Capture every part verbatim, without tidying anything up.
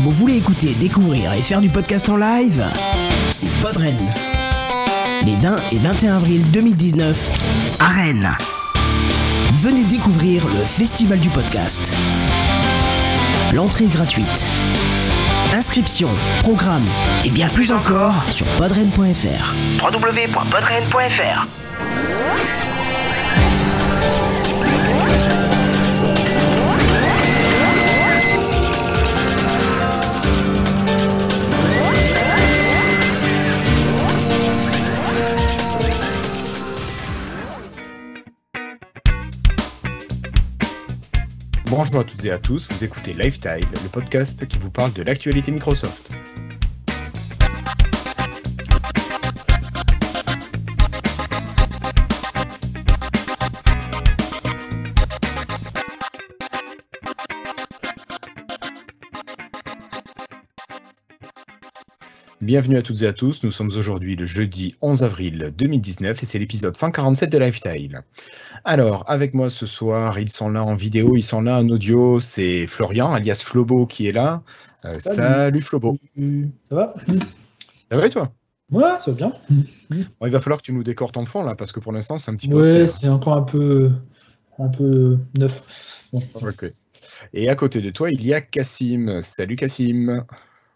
Vous voulez écouter, découvrir et faire du podcast en live? C'est Podren. Les vingt et vingt et un avril deux mille dix-neuf à Rennes. Venez découvrir le Festival du podcast. L'entrée est gratuite. Inscription, programme et bien plus encore sur podren point f r. w w w point podren point f r. Bonjour à toutes et à tous, vous écoutez Lifetile, le podcast qui vous parle de l'actualité Microsoft. Bienvenue à toutes et à tous, nous sommes aujourd'hui le jeudi onze avril deux mille dix-neuf et c'est l'épisode cent quarante-sept de Lifetile. Alors, avec moi ce soir, ils sont là en vidéo, ils sont là en audio, c'est Florian, alias Flobo qui est là. Euh, salut. salut Flobo. Ça va? Ça va et toi? Ouais, ça va bien. Bon, il va falloir que tu nous décores ton fond là, parce que pour l'instant c'est un petit peu... Ouais, c'est encore un peu, un peu neuf. Bon. Ok. Et à côté de toi, il y a Cassim. Salut Cassim.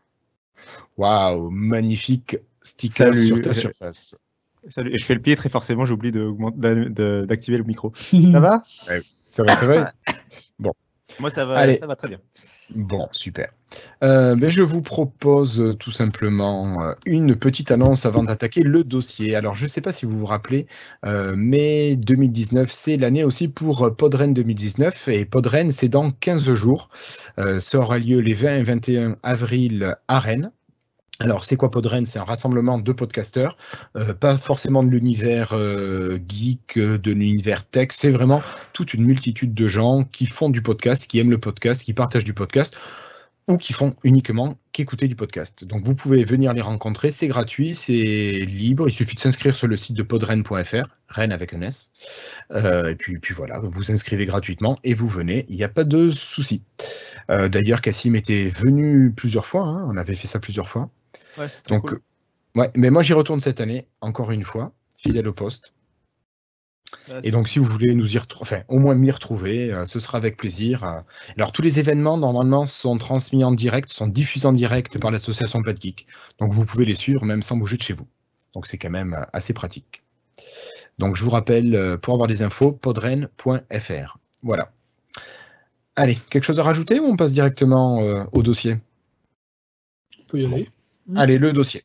Waouh, magnifique sticker Salut. sur ta surface. Salut, et je fais le pied très forcément, j'ai oublié de, de, de, d'activer le micro. Ça va? Ouais, ça va, ça va. Bon. Moi, ça va, Allez. ça va très bien. Bon, super. Euh, ben, je vous propose euh, tout simplement euh, une petite annonce avant d'attaquer le dossier. Alors, je ne sais pas si vous vous rappelez, euh, mais deux mille dix-neuf, c'est l'année aussi pour Podren deux mille dix-neuf. Et Podren, c'est dans quinze jours. Euh, ça aura lieu les vingt et vingt et un avril à Rennes. Alors, c'est quoi Podren? C'est un rassemblement de podcasteurs, euh, pas forcément de l'univers euh, geek, de l'univers tech, c'est vraiment toute une multitude de gens qui font du podcast, qui aiment le podcast, qui partagent du podcast, ou qui font uniquement qu'écouter du podcast. Donc, vous pouvez venir les rencontrer, c'est gratuit, c'est libre, il suffit de s'inscrire sur le site de podren point f r, Rennes avec un S, euh, et puis, puis voilà, vous vous inscrivez gratuitement et vous venez, il n'y a pas de souci. Euh, d'ailleurs, Cassim était venu plusieurs fois, hein, on avait fait ça plusieurs fois. Ouais, c'est très Donc, cool. ouais, mais moi j'y retourne cette année, encore une fois, fidèle au poste. Ouais, Et donc, si vous voulez nous y retrouver, enfin, au moins m'y retrouver, euh, ce sera avec plaisir. Euh. Alors, tous les événements, normalement, sont transmis en direct, sont diffusés en direct par l'association Podgeek. Donc, vous pouvez les suivre même sans bouger de chez vous. Donc, c'est quand même euh, assez pratique. Donc, je vous rappelle, euh, pour avoir des infos, podren point f r. Voilà. Allez, quelque chose à rajouter ou on passe directement euh, au dossier? On peut y aller. Allez, le dossier.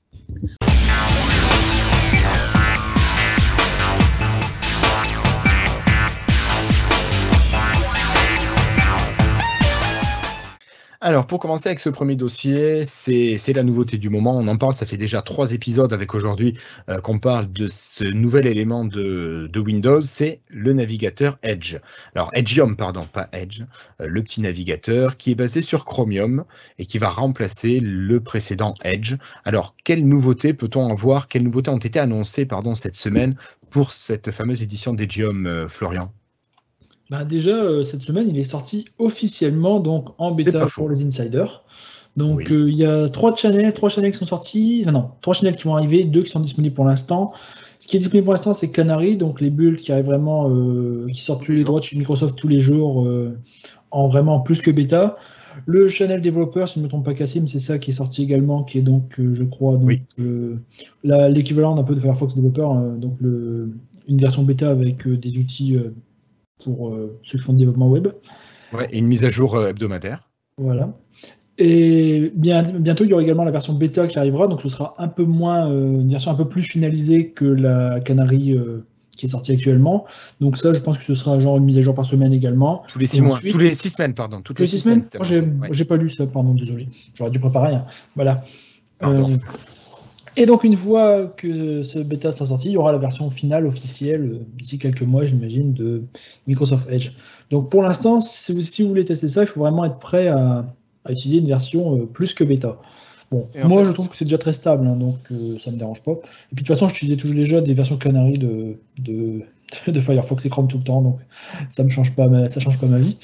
Alors, pour commencer avec ce premier dossier, c'est, c'est la nouveauté du moment. On en parle, ça fait déjà trois épisodes avec aujourd'hui euh, qu'on parle de ce nouvel élément de, de Windows, c'est le navigateur Edge. Alors, Edgeium, pardon, pas Edge, euh, le petit navigateur qui est basé sur Chromium et qui va remplacer le précédent Edge. Alors, quelles nouveautés peut-on en voir? Quelles nouveautés ont été annoncées pardon, cette semaine pour cette fameuse édition d'Edgeium, euh, Florian? Bah déjà, euh, cette semaine, il est sorti officiellement donc en C'est bêta pas faux. pour les insiders. Donc, Oui. euh, il y a trois channels, trois channels qui sont sortis. Enfin, non, trois channels qui vont arriver, deux qui sont disponibles pour l'instant. Ce qui est disponible pour l'instant, c'est Canary, donc les builds qui arrivent vraiment, euh, qui sortent tous les droits de chez Microsoft tous les jours, euh, en vraiment plus que bêta. Le channel développeur, si je ne me trompe pas, Cassim, c'est ça qui est sorti également, qui est donc, euh, je crois, donc, Oui. euh, la- l'équivalent d'un peu de Firefox développeur, euh, donc le, une version bêta avec euh, des outils euh, pour euh, ceux qui font du développement web. Ouais, et une mise à jour euh, hebdomadaire. Voilà. Et bien, bientôt, il y aura également la version bêta qui arrivera, donc ce sera un peu moins, euh, une version un peu plus finalisée que la Canary euh, qui est sortie actuellement. Donc ça, je pense que ce sera genre une mise à jour par semaine également. Tous les six Et mois, ensuite- tous les six semaines, pardon. Toutes Tous les six semaines c'était Moi, j'ai annoncé, ouais. j'ai pas lu ça, pardon, désolé. J'aurais dû préparer rien. Voilà. Pardon. Euh, et donc, une fois que ce bêta sera sorti, il y aura la version finale officielle, euh, d'ici quelques mois, j'imagine, de Microsoft Edge. Donc, pour l'instant, si vous, si vous voulez tester ça, il faut vraiment être prêt à, à utiliser une version euh, plus que bêta. Bon, Et en moi, fait- je trouve que c'est déjà très stable, hein, donc euh, ça ne me dérange pas. Et puis, de toute façon, j'utilisais toujours déjà des versions Canary de, de, de Firefox et Chrome tout le temps, donc ça ne change pas ma, ça change pas ma vie.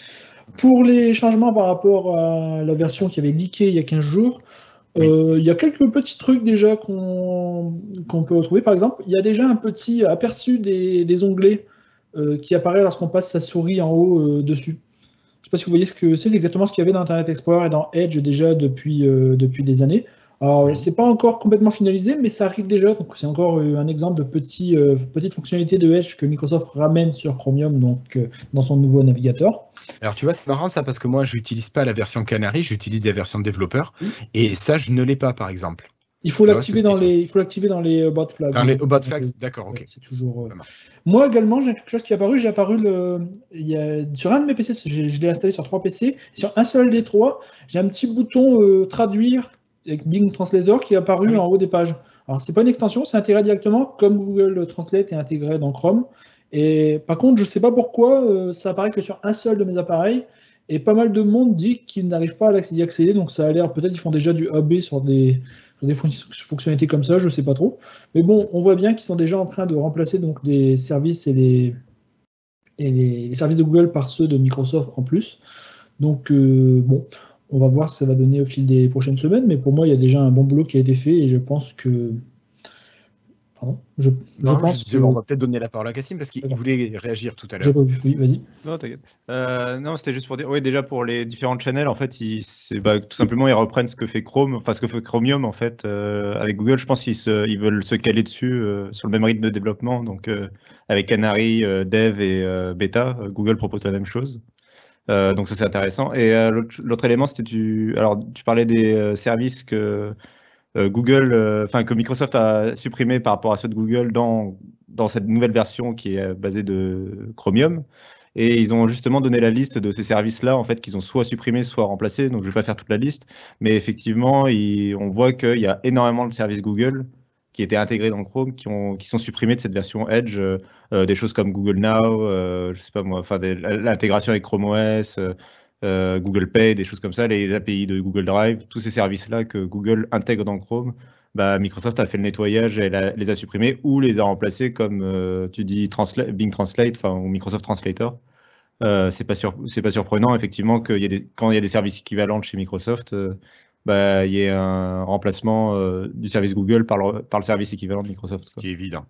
Pour les changements par rapport à la version qui avait leaké il y a quinze jours, Oui. euh, il y a quelques petits trucs déjà qu'on qu'on peut retrouver. Par exemple, il y a déjà un petit aperçu des, des onglets euh, qui apparaît lorsqu'on passe sa souris en haut euh, dessus. Je ne sais pas si vous voyez ce que c'est, c'est exactement ce qu'il y avait dans Internet Explorer et dans Edge déjà depuis, euh, depuis des années. Alors, Oui. c'est pas encore complètement finalisé, mais ça arrive déjà. Donc, c'est encore euh, un exemple de petit, euh, petite fonctionnalité de Edge que Microsoft ramène sur Chromium, donc euh, dans son nouveau navigateur. Alors tu vois, c'est marrant ça parce que moi, je n'utilise pas la version Canary, j'utilise la version développeur. Oui. Et ça, je ne l'ai pas, par exemple. Il faut Tu vois, l'activer ce dans petit les, il faut l'activer dans les euh, bot flags. Dans les Donc, Obot donc, Flags, euh, d'accord, ok. ouais, c'est toujours. euh, Ça marche. Moi également, j'ai quelque chose qui est apparu. J'ai apparu le, il y a, sur un de mes P C, j'ai- je l'ai installé sur trois P C. Sur un seul des trois, j'ai un petit bouton euh, traduire avec Bing Translator qui est apparu Ah oui. en haut des pages. Alors c'est pas une extension, c'est intégré directement comme Google Translate est intégré dans Chrome. Et par contre, je sais pas pourquoi euh, ça apparaît que sur un seul de mes appareils. Et pas mal de monde dit qu'ils n'arrivent pas à y accéder. Donc ça a l'air, peut-être qu'ils font déjà du A B sur des, sur des fon- fonctionnalités comme ça, je sais pas trop. Mais bon, on voit bien qu'ils sont déjà en train de remplacer donc des services et les, et les, les services de Google par ceux de Microsoft en plus. Donc euh, bon, on va voir ce que ça va donner au fil des prochaines semaines. Mais pour moi, il y a déjà un bon boulot qui a été fait et je pense que, pardon, je, je Non, je pense disais, que, on va peut-être donner la parole à Cassim parce qu'il il D'accord. voulait réagir tout à j'ai l'heure. pas vu. Oui, vas-y. Non, t'inquiète. Euh, non, c'était juste pour dire, oui, déjà pour les différentes channels, en fait, ils, c'est, bah, tout simplement, ils reprennent ce que fait Chrome, enfin ce que fait Chromium, en fait, euh, avec Google. Je pense qu'ils se, ils veulent se caler dessus euh, sur le même rythme de développement. Donc, euh, avec Canary, euh, Dev et euh, Beta, euh, Google propose la même chose. Euh, donc ça c'est intéressant. Et euh, l'autre, l'autre élément, c'était tu, alors tu parlais des euh, services que euh, Google, euh, enfin que Microsoft a supprimé par rapport à ceux de Google dans dans cette nouvelle version qui est basée de Chromium. Et ils ont justement donné la liste de ces services-là, en fait, qu'ils ont soit supprimés, soit remplacés. Donc je ne vais pas faire toute la liste, mais effectivement, il- on voit qu'il y a énormément de services Google qui étaient intégrés dans Chrome, qui, ont, qui sont supprimés de cette version Edge. euh, euh, des choses comme Google Now, euh, je sais pas moi, enfin des- l'intégration avec Chrome O S, euh, euh, Google Pay, des choses comme ça, les A P I de Google Drive, tous ces services-là que Google intègre dans Chrome, bah, Microsoft a fait le nettoyage et la- les a supprimés ou les a remplacés comme euh, tu dis Transla- Bing Translate, enfin ou Microsoft Translator. Euh, c'est pas sur- c'est pas surprenant effectivement qu'il y ait des, quand il y a des services équivalents chez Microsoft, euh, bah, il y ait un remplacement euh, du service Google par le, par le service équivalent de Microsoft. Ce qui est évident.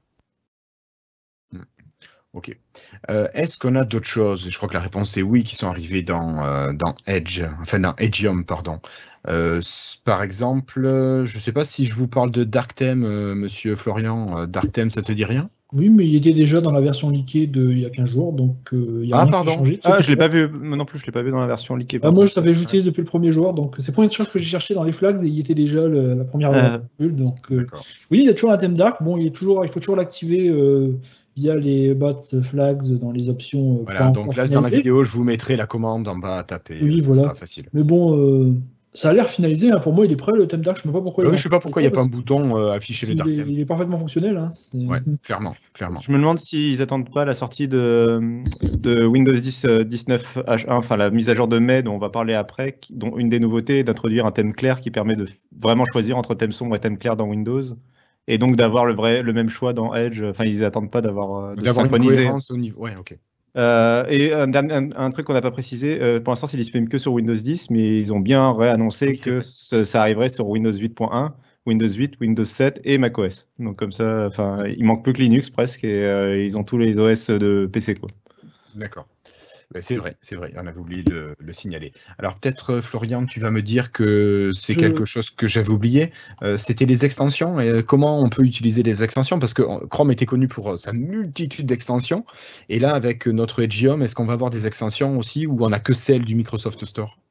Hmm. Ok. Euh, Est-ce qu'on a d'autres choses? Je crois que la réponse est oui, qui sont arrivées dans, euh, dans Edge, enfin dans Edgeium, pardon. Euh, s- par exemple, euh, je ne sais pas si je vous parle de DarkTheme, euh, monsieur Florian. Euh, DarkTheme, ça te dit rien? Oui, mais il était déjà dans la version leakée de il y a quinze jours, donc euh, il y a Ah, rien qui a pardon. changé. Ah, je l'ai pas vu, moi non plus, je l'ai pas vu dans la version leakée. Ah, par moi, je contre. t'avais ajouté depuis le premier jour, donc c'est la première chose que j'ai cherché dans les flags et il était déjà le- la première Euh, bulle. Donc, euh, D'accord. oui, il y a toujours un thème dark. Bon, il, est toujours, il faut toujours l'activer euh, via les bots flags dans les options euh, Voilà, pas donc encore là, dans la finalisées. vidéo, je vous mettrai la commande en bas à taper. Oui, euh, ça voilà. sera facile. Mais bon, euh, ça a l'air finalisé. Hein. Pour moi, il est prêt le thème dark. Je ne sais pas pourquoi. Ah il oui, est je sais pas pourquoi il n'y a pas un parce bouton euh, affiché le qu'il est, DarkTheme. il est parfaitement fonctionnel. Hein. C'est- Ouais, clairement, clairement. Je me demande s'ils attendent pas la sortie de, de Windows dix euh, dix-neuf H un, enfin la mise à jour de mai dont on va parler après, qui- dont une des nouveautés est d'introduire un thème clair qui permet de f- vraiment choisir entre thème sombre et thème clair dans Windows, et donc d'avoir le vrai, le même choix dans Edge. Enfin, ils attendent pas d'avoir euh, de D'avoir une synchroniser. cohérence au niveau. Ouais, ok. Euh, et un, dernier- un- un truc qu'on n'a pas précisé, euh, pour l'instant c'est disponible que sur Windows dix, mais ils ont bien réannoncé Oui, c'est que vrai. ce- ça arriverait sur Windows huit point un, Windows huit, Windows sept et macOS. Donc comme ça, enfin, il manque plus que Linux presque, et euh, ils ont tous les O S de P C, quoi. D'accord. Ben, c'est vrai, c'est vrai, on avait oublié de le signaler. Alors peut-être, euh, Florian, tu vas me dire que c'est Je- quelque chose que j'avais oublié. Euh, c'était les extensions. Et comment on peut utiliser les extensions? Parce que euh, Chrome était connu pour euh, sa multitude d'extensions. Et là, avec euh, notre Edgeium, est-ce qu'on va avoir des extensions aussi ou on n'a que celles du Microsoft Store?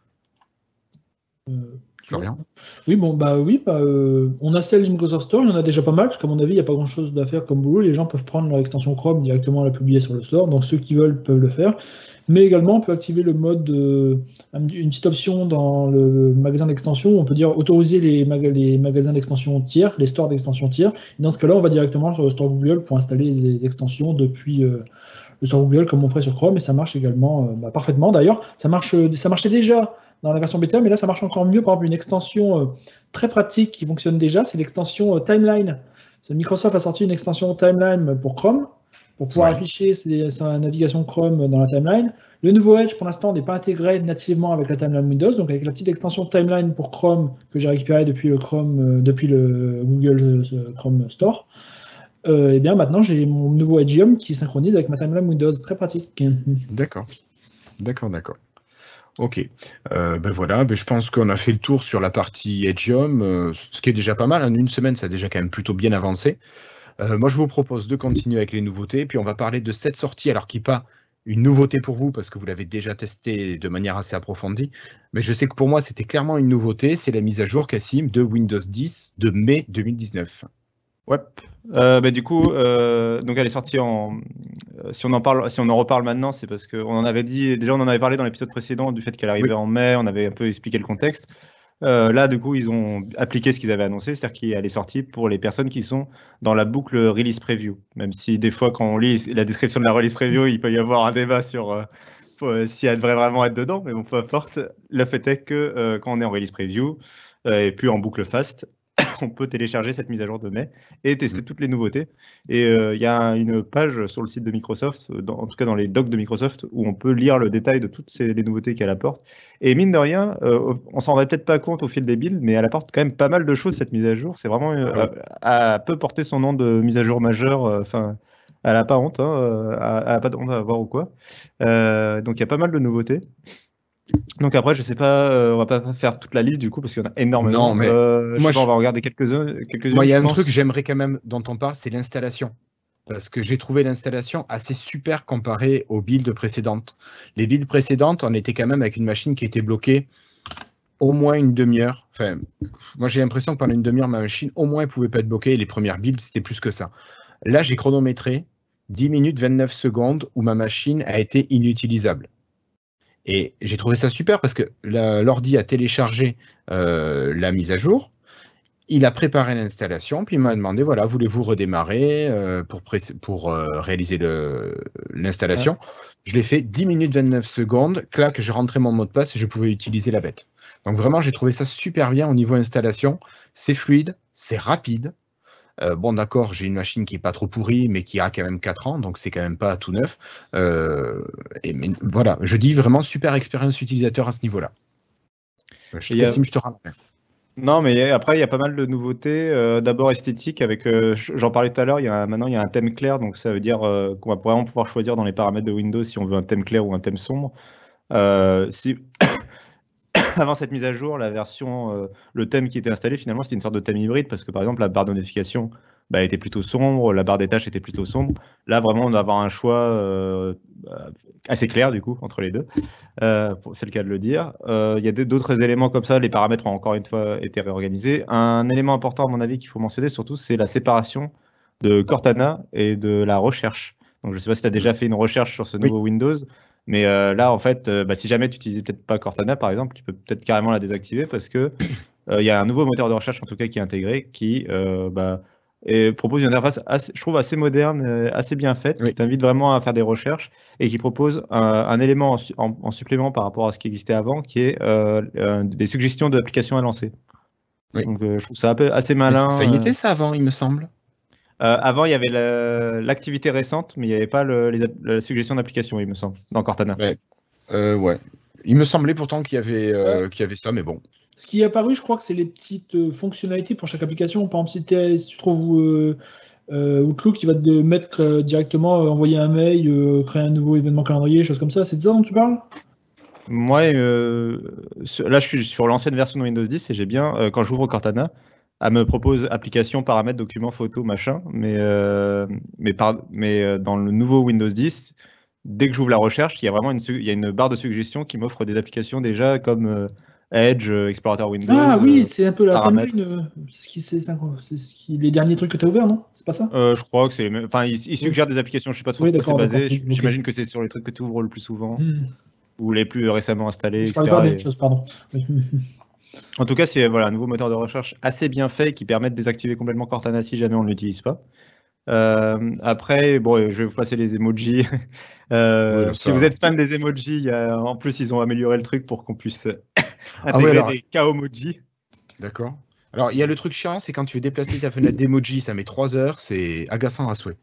Euh, Florian? Oui, bon, bah oui, bah, euh, on a celle du Microsoft Store, il y en a déjà pas mal, parce qu'à mon avis, il n'y a pas grand-chose à faire comme boulot. Les gens peuvent prendre leur extension Chrome directement la publier sur le store, donc ceux qui veulent peuvent le faire. Mais également, on peut activer le mode, euh, un- une petite option dans le magasin d'extension, on peut dire autoriser les, maga- les magasins d'extension tiers, les stores d'extension tiers. Et dans ce cas-là, on va directement sur le store Google pour installer les extensions depuis euh, le store Google, comme on ferait sur Chrome, et ça marche également euh, bah, parfaitement. D'ailleurs, ça marche, ça marchait déjà dans la version bêta, mais là, ça marche encore mieux. Par exemple, une extension euh, très pratique qui fonctionne déjà, c'est l'extension euh, Timeline. C'est- Microsoft a sorti une extension Timeline pour Chrome, pour pouvoir Ouais. afficher ses- sa navigation Chrome dans la timeline. Le nouveau Edge, pour l'instant, n'est pas intégré nativement avec la timeline Windows, donc avec la petite extension Timeline pour Chrome que j'ai récupérée depuis le Chrome, euh, depuis le Google euh, Chrome Store. Euh, et bien maintenant, j'ai mon nouveau Edgeium qui synchronise avec ma timeline Windows, très pratique. D'accord. D'accord, d'accord. Ok. Euh, ben voilà, ben je pense qu'on a fait le tour sur la partie Edgeium, euh, ce qui est déjà pas mal. En une semaine, ça a déjà quand même plutôt bien avancé. Euh, moi, je vous propose de continuer avec les nouveautés, puis on va parler de cette sortie, alors qui n'est pas une nouveauté pour vous, parce que vous l'avez déjà testé de manière assez approfondie, mais je sais que pour moi, c'était clairement une nouveauté, c'est la mise à jour, Cassim, de Windows dix de mai deux mille dix-neuf. Ouais. Euh, bah, du coup, euh, donc elle est sortie en. euh, Si on en parle, si on en reparle maintenant, c'est parce qu'on en avait dit. Déjà, on en avait parlé dans l'épisode précédent du fait qu'elle arrivait Oui. en mai. On avait un peu expliqué le contexte. Euh, là, du coup, ils ont appliqué ce qu'ils avaient annoncé, c'est-à-dire qu'elle est sortie pour les personnes qui sont dans la boucle release preview. Même si des fois, quand on lit la description de la release preview, il peut y avoir un débat sur euh, pour, euh, si elle devrait vraiment être dedans. Mais bon, peu importe. Le fait est que euh, quand on est en release preview euh, et puis en boucle fast, on peut télécharger cette mise à jour de mai et tester Mm. toutes les nouveautés. Et il euh, y a une page sur le site de Microsoft, dans, en tout cas dans les docs de Microsoft, où on peut lire le détail de toutes ces, les nouveautés qu'elle apporte. Et mine de rien, euh, on s'en rendrait peut-être pas compte au fil des builds, mais elle apporte quand même pas mal de choses, cette mise à jour. C'est vraiment, euh, Ah elle peut porter son nom de mise à jour majeure. Enfin, euh, elle n'a pas honte, hein, euh, elle n'a pas de honte à avoir ou quoi. Euh, donc il y a pas mal de nouveautés. Donc après, je sais pas, euh, on va pas faire toute la liste du coup parce qu'il y en a énormément. Non, mais euh, je moi, sais pas, on je- va regarder quelques-uns. Quelques-unes, Moi, il y a je un pense. truc que j'aimerais quand même dont on parle, c'est l'installation. Parce que j'ai trouvé l'installation assez super comparée aux builds précédentes. Les builds précédentes, on était quand même avec une machine qui était bloquée au moins une demi-heure. Enfin, moi j'ai l'impression que pendant une demi-heure, ma machine, au moins, elle ne pouvait pas être bloquée. Les premières builds, c'était plus que ça. Là, j'ai chronométré dix minutes vingt-neuf secondes où ma machine a été inutilisable. Et j'ai trouvé ça super parce que la- l'ordi a téléchargé euh, la mise à jour. Il a préparé l'installation, puis il m'a demandé, voilà, voulez-vous redémarrer euh, pour, pré- pour euh, réaliser le- l'installation. Je l'ai fait dix minutes vingt-neuf secondes, clac, je rentrais mon mot de passe et je pouvais utiliser la bête. Donc vraiment, j'ai trouvé ça super bien au niveau installation. C'est fluide, c'est rapide. Euh, bon, d'accord, j'ai une machine qui n'est pas trop pourrie, mais qui a quand même quatre ans, donc c'est quand même pas tout neuf. Euh, et, mais, voilà, je dis vraiment super expérience utilisateur à ce niveau-là. Je, Et il y a- Cassim, je te rappelle. Non, mais après, il y a pas mal de nouveautés. Euh, D'abord esthétique, avec, euh, j'en parlais tout à l'heure, il y a un- maintenant il y a un thème clair, donc ça veut dire euh, qu'on va vraiment pouvoir choisir dans les paramètres de Windows si on veut un thème clair ou un thème sombre. Euh, si... Avant cette mise à jour, la version, euh, le thème qui était installé, finalement, c'était une sorte de thème hybride, parce que par exemple, la barre de notification bah, elle était plutôt sombre, la barre des tâches était plutôt sombre. Là, vraiment, on va avoir un choix euh, assez clair, du coup, entre les deux. Euh, c'est le cas de le dire. Euh, Il y a d'autres éléments comme ça, les paramètres ont encore une fois été réorganisés. Un élément important, à mon avis, qu'il faut mentionner surtout, c'est la séparation de Cortana et de la recherche. Donc, je ne sais pas si tu as déjà fait une recherche sur ce nouveau Oui. Windows, mais euh, là, en fait, euh, bah, si jamais tu n'utilisais peut-être pas Cortana, par exemple, tu peux peut-être carrément la désactiver parce que euh, il y a un nouveau moteur de recherche, en tout cas, qui est intégré, qui euh, bah, et propose une interface, assez, je trouve, assez moderne, euh, assez bien faite, Oui. qui t'invite vraiment à faire des recherches et qui propose un, un élément en, su- en- en supplément par rapport à ce qui existait avant, qui est euh, euh, des suggestions d'applications à lancer. Oui. Donc, euh, je trouve ça un peu assez Mais malin. ça y euh. était ça avant, il me semble. Euh, avant, il y avait la- l'activité récente, mais il n'y avait pas le- les app- la suggestion d'application, il me semble, dans Cortana. Ouais. Euh, ouais. Il me semblait pourtant qu'il y avait, euh, qu'il y avait ça, mais bon. Ce qui est apparu, je crois que c'est les petites euh, fonctionnalités pour chaque application. Par exemple, si, t'es- si tu trouves euh, euh, Outlook, qui va te mettre euh, directement, euh, envoyer un mail, euh, créer un nouveau événement calendrier, choses comme ça. C'est de ça dont tu parles? Moi, euh, sur- là, je suis sur l'ancienne version de Windows dix et j'ai bien, euh, quand j'ouvre Cortana, elle me propose application, paramètres, documents, photos, machin. Mais, euh, mais, par, mais euh, dans le nouveau Windows dix, dès que j'ouvre la recherche, il y a vraiment une, su- il y a une barre de suggestions qui m'offre des applications déjà comme euh, Edge, euh, Explorateur Windows. Ah oui, euh, c'est un peu la paramètres. timeline. euh, C'est ce qui, c'est ça, quoi. C'est ce qui, les derniers trucs que tu as ouverts, non? C'est pas ça? Euh, je crois que c'est les mêmes. Enfin, il, il suggère des applications, je sais pas trop Oui, sur quoi c'est d'accord, basé. d'accord. Ok. J'imagine que c'est sur les trucs que tu ouvres le plus souvent Hmm. ou les plus récemment installés, Je parlais pas et cetera. d'autre Et- chose, pardon. Oui. En tout cas, c'est voilà, un nouveau moteur de recherche assez bien fait qui permet de désactiver complètement Cortana si jamais on ne l'utilise pas. Euh, après, bon, je vais vous passer les emojis. Euh, Oui, si ça- vous êtes fan des emojis, il y a- en plus, ils ont amélioré le truc pour qu'on puisse Ah intégrer oui, alors- des K-emojis. D'accord. Alors, il y a le truc chiant, c'est quand tu veux déplacer ta fenêtre d'emoji, ça met trois heures, c'est agaçant à souhait.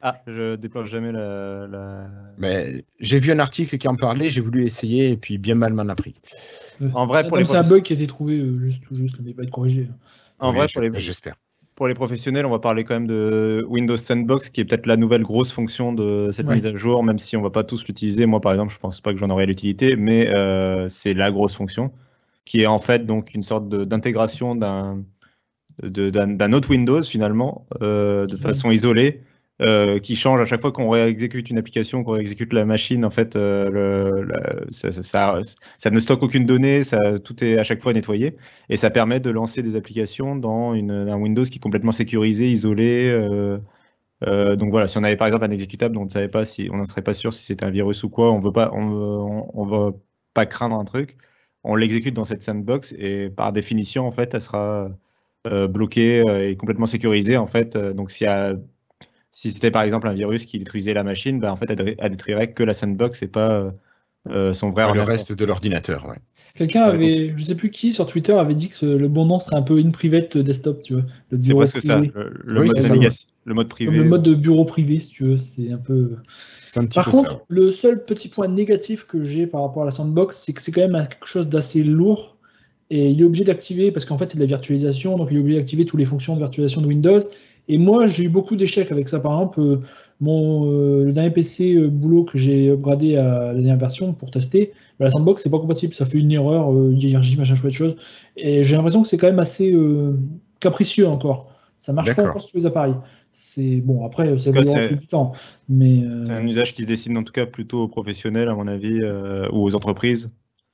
Ah, je déclenche jamais la. la... Mais j'ai vu un article qui en parlait, j'ai voulu essayer et puis bien mal m'en a pris. En vrai, c'est, pour les c'est un professe- bug qui a été trouvé euh, juste, tout juste, mais il va être corrigé. En Oui, vrai, je- pour les, j'espère. pour les professionnels, on va parler quand même de Windows Sandbox, qui est peut-être la nouvelle grosse fonction de cette Ouais. mise à jour, même si on va pas tous l'utiliser. Moi, par exemple, je pense pas que j'en aurais l'utilité, mais euh, c'est la grosse fonction, qui est en fait donc une sorte de- d'intégration d'un de- d'un d'un autre Windows finalement, euh, de façon isolée, euh, qui change à chaque fois qu'on réexécute une application, qu'on réexécute la machine. En fait, euh, le- la- ça, ça- ça- ça ne stocke aucune donnée, ça, tout est à chaque fois nettoyé, et ça permet de lancer des applications dans une, un Windows qui est complètement sécurisé, isolé. euh, euh, donc voilà, si on avait par exemple un exécutable dont on ne savait pas si, on n'en serait pas sûr si c'était un virus ou quoi, on veut pas, on, on, on va pas craindre un truc, on l'exécute dans cette sandbox et par définition en fait, elle sera euh, bloquée euh, et complètement sécurisée en fait. Euh, donc s'il y a, si c'était par exemple un virus qui détruisait la machine, bah, en fait, elle, elle détruirait que la sandbox et pas euh, son vrai Ouais, le ordinateur. reste de l'ordinateur, ouais. Quelqu'un Ouais, avait, je sais plus qui, sur Twitter avait dit que ce- le bon nom serait un peu in private desktop, tu vois, le C'est bureau presque ça, privé. le, le Oui, mode c'est ça, navigation, le mode Comme privé. le mode de bureau privé, si tu veux, c'est un peu. C'est un petit Par peu contre, ça. le seul petit point négatif que j'ai par rapport à la sandbox, c'est que c'est quand même quelque chose d'assez lourd. Et il est obligé d'activer, parce qu'en fait c'est de la virtualisation, donc il est obligé d'activer toutes les fonctions de virtualisation de Windows. Et moi j'ai eu beaucoup d'échecs avec ça. Par exemple, euh, mon, euh, le dernier P C euh, boulot que j'ai upgradé à la dernière version pour tester, bah, la sandbox c'est pas compatible, ça fait une erreur, euh, hiérarchie, machin chouette chose. Et j'ai l'impression que c'est quand même assez euh, capricieux encore. Ça marche pas D'accord. encore sur tous les appareils. C'est bon, après ça En tout cas, évoluera au c'est- fil du temps. Mais euh, C'est un usage qui se dessine en tout cas plutôt aux professionnels, à mon avis, euh, ou aux entreprises,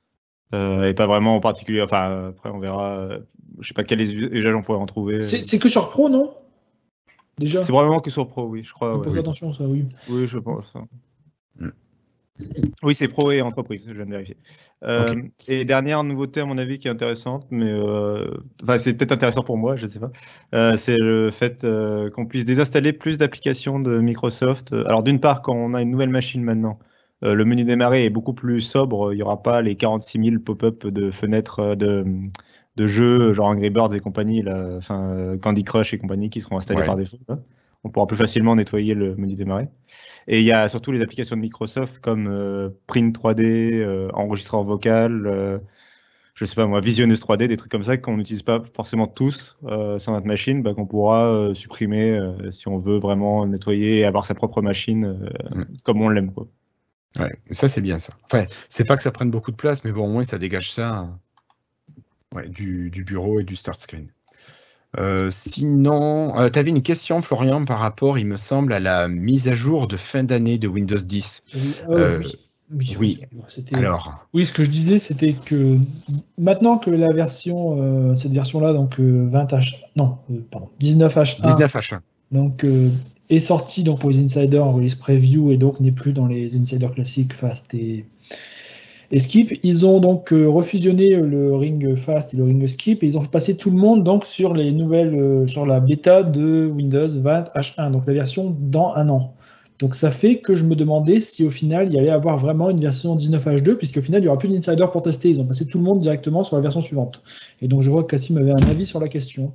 euh, et pas vraiment en particulier. Enfin, après, on verra. euh, Je sais pas quels usages on pourrait en trouver. c'est euh. c'est que sur Pro, non? Déjà, C'est probablement que sur Pro, oui, je crois. faut Ouais. faire oui. attention, ça, oui. Oui, je pense. Mm. Oui, c'est Pro et entreprise, je viens de vérifier. Euh, Ok. Et dernière nouveauté, à mon avis, qui est intéressante, mais euh, enfin, c'est peut-être intéressant pour moi, je ne sais pas, euh, c'est le fait euh, qu'on puisse désinstaller plus d'applications de Microsoft. Alors, d'une part, quand on a une nouvelle machine maintenant, euh, le menu démarrer est beaucoup plus sobre. Il n'y aura pas les quarante-six mille pop-up de fenêtres euh, de, de jeux, genre Angry Birds et compagnie, là, enfin, euh, Candy Crush et compagnie, qui seront installés Ouais. par défaut. Là. On pourra plus facilement nettoyer le menu démarrer. Et il y a surtout les applications de Microsoft comme euh, Print trois D, euh, enregistreur vocal, euh, je sais pas moi, visionneuse trois D, des trucs comme ça qu'on n'utilise pas forcément tous euh, sur notre machine, bah, qu'on pourra euh, supprimer euh, si on veut vraiment nettoyer et avoir sa propre machine euh, Mm. comme on l'aime, quoi. Ouais, ça c'est bien ça. Enfin, c'est pas que ça prenne beaucoup de place, mais bon, au moins ça dégage ça ouais, du, du bureau et du start screen. Euh, sinon, euh, tu avais une question, Florian, par rapport, il me semble, à la mise à jour de fin d'année de Windows dix. Oui, ah, Euh, oui, oui, oui. oui, c'était- Alors, oui, ce que je disais, c'était que maintenant que la version, euh, cette version-là, donc euh, vingt H, non, euh, pardon, dix-neuf H un, dix-neuf H un. donc euh, est sortie donc pour les insiders en release preview et donc n'est plus dans les insiders classiques Fast et, et Skip. Ils ont donc euh, refusionné le Ring Fast et le Ring Skip et ils ont fait passer tout le monde donc sur les nouvelles, euh, sur la bêta de Windows vingt H un, donc la version dans un an. Donc ça fait que je me demandais si au final il y allait avoir vraiment une version dix-neuf H deux, puisqu'au final il n'y aura plus d'insider pour tester. Ils ont passé tout le monde directement sur la version suivante. Et donc je vois que Cassim avait un avis sur la question.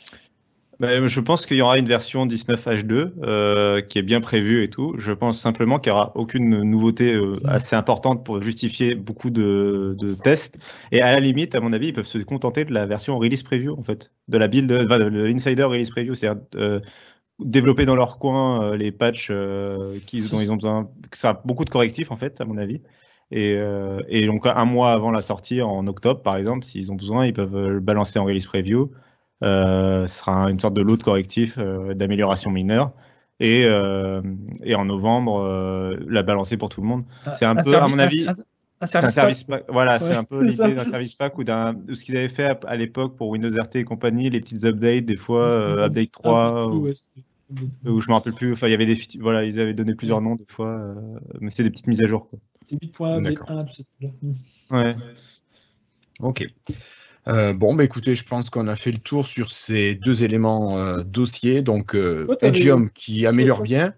Bah, je pense qu'il y aura une version dix-neuf H deux euh, qui est bien prévue et tout. Je pense simplement qu'il n'y aura aucune nouveauté euh, assez importante pour justifier beaucoup de, de tests. Et à la limite, à mon avis, ils peuvent se contenter de la version release preview, en fait, de la build, enfin, de l'insider release preview, c'est-à-dire euh, développer dans leur coin euh, les patchs euh, qui, dont ils ont besoin. Ça a beaucoup de correctifs, en fait, à mon avis. Et, euh, et donc, un mois avant la sortie, en octobre, par exemple, s'ils ont besoin, ils peuvent le balancer en release preview. Euh, ce sera une sorte de lot de correctifs euh, d'amélioration mineure. Et, euh, et en novembre, euh, la balancer pour tout le monde. C'est un, Un peu, servi- à mon avis, un- un- un c'est un service service pack. pack. Voilà, Ouais, c'est un peu c'est ça. l'idée d'un service pack ou d'un, de ce qu'ils avaient fait à, à l'époque pour Windows R T et compagnie, les petites updates, des fois, euh, update trois, ou, Ouais, c'est- ou je me rappelle plus. Enfin, il y avait des, feat- voilà, ils avaient donné plusieurs noms des fois, euh, mais c'est des petites mises à jour, quoi. c'est huit point un, D'accord. tout ces trucs-là. Ouais. ok. Euh, bon, bah écoutez, je pense qu'on a fait le tour sur ces deux éléments euh, dossiers. Donc, euh, Toi, t'avais- Edgeum qui améliore toi- bien.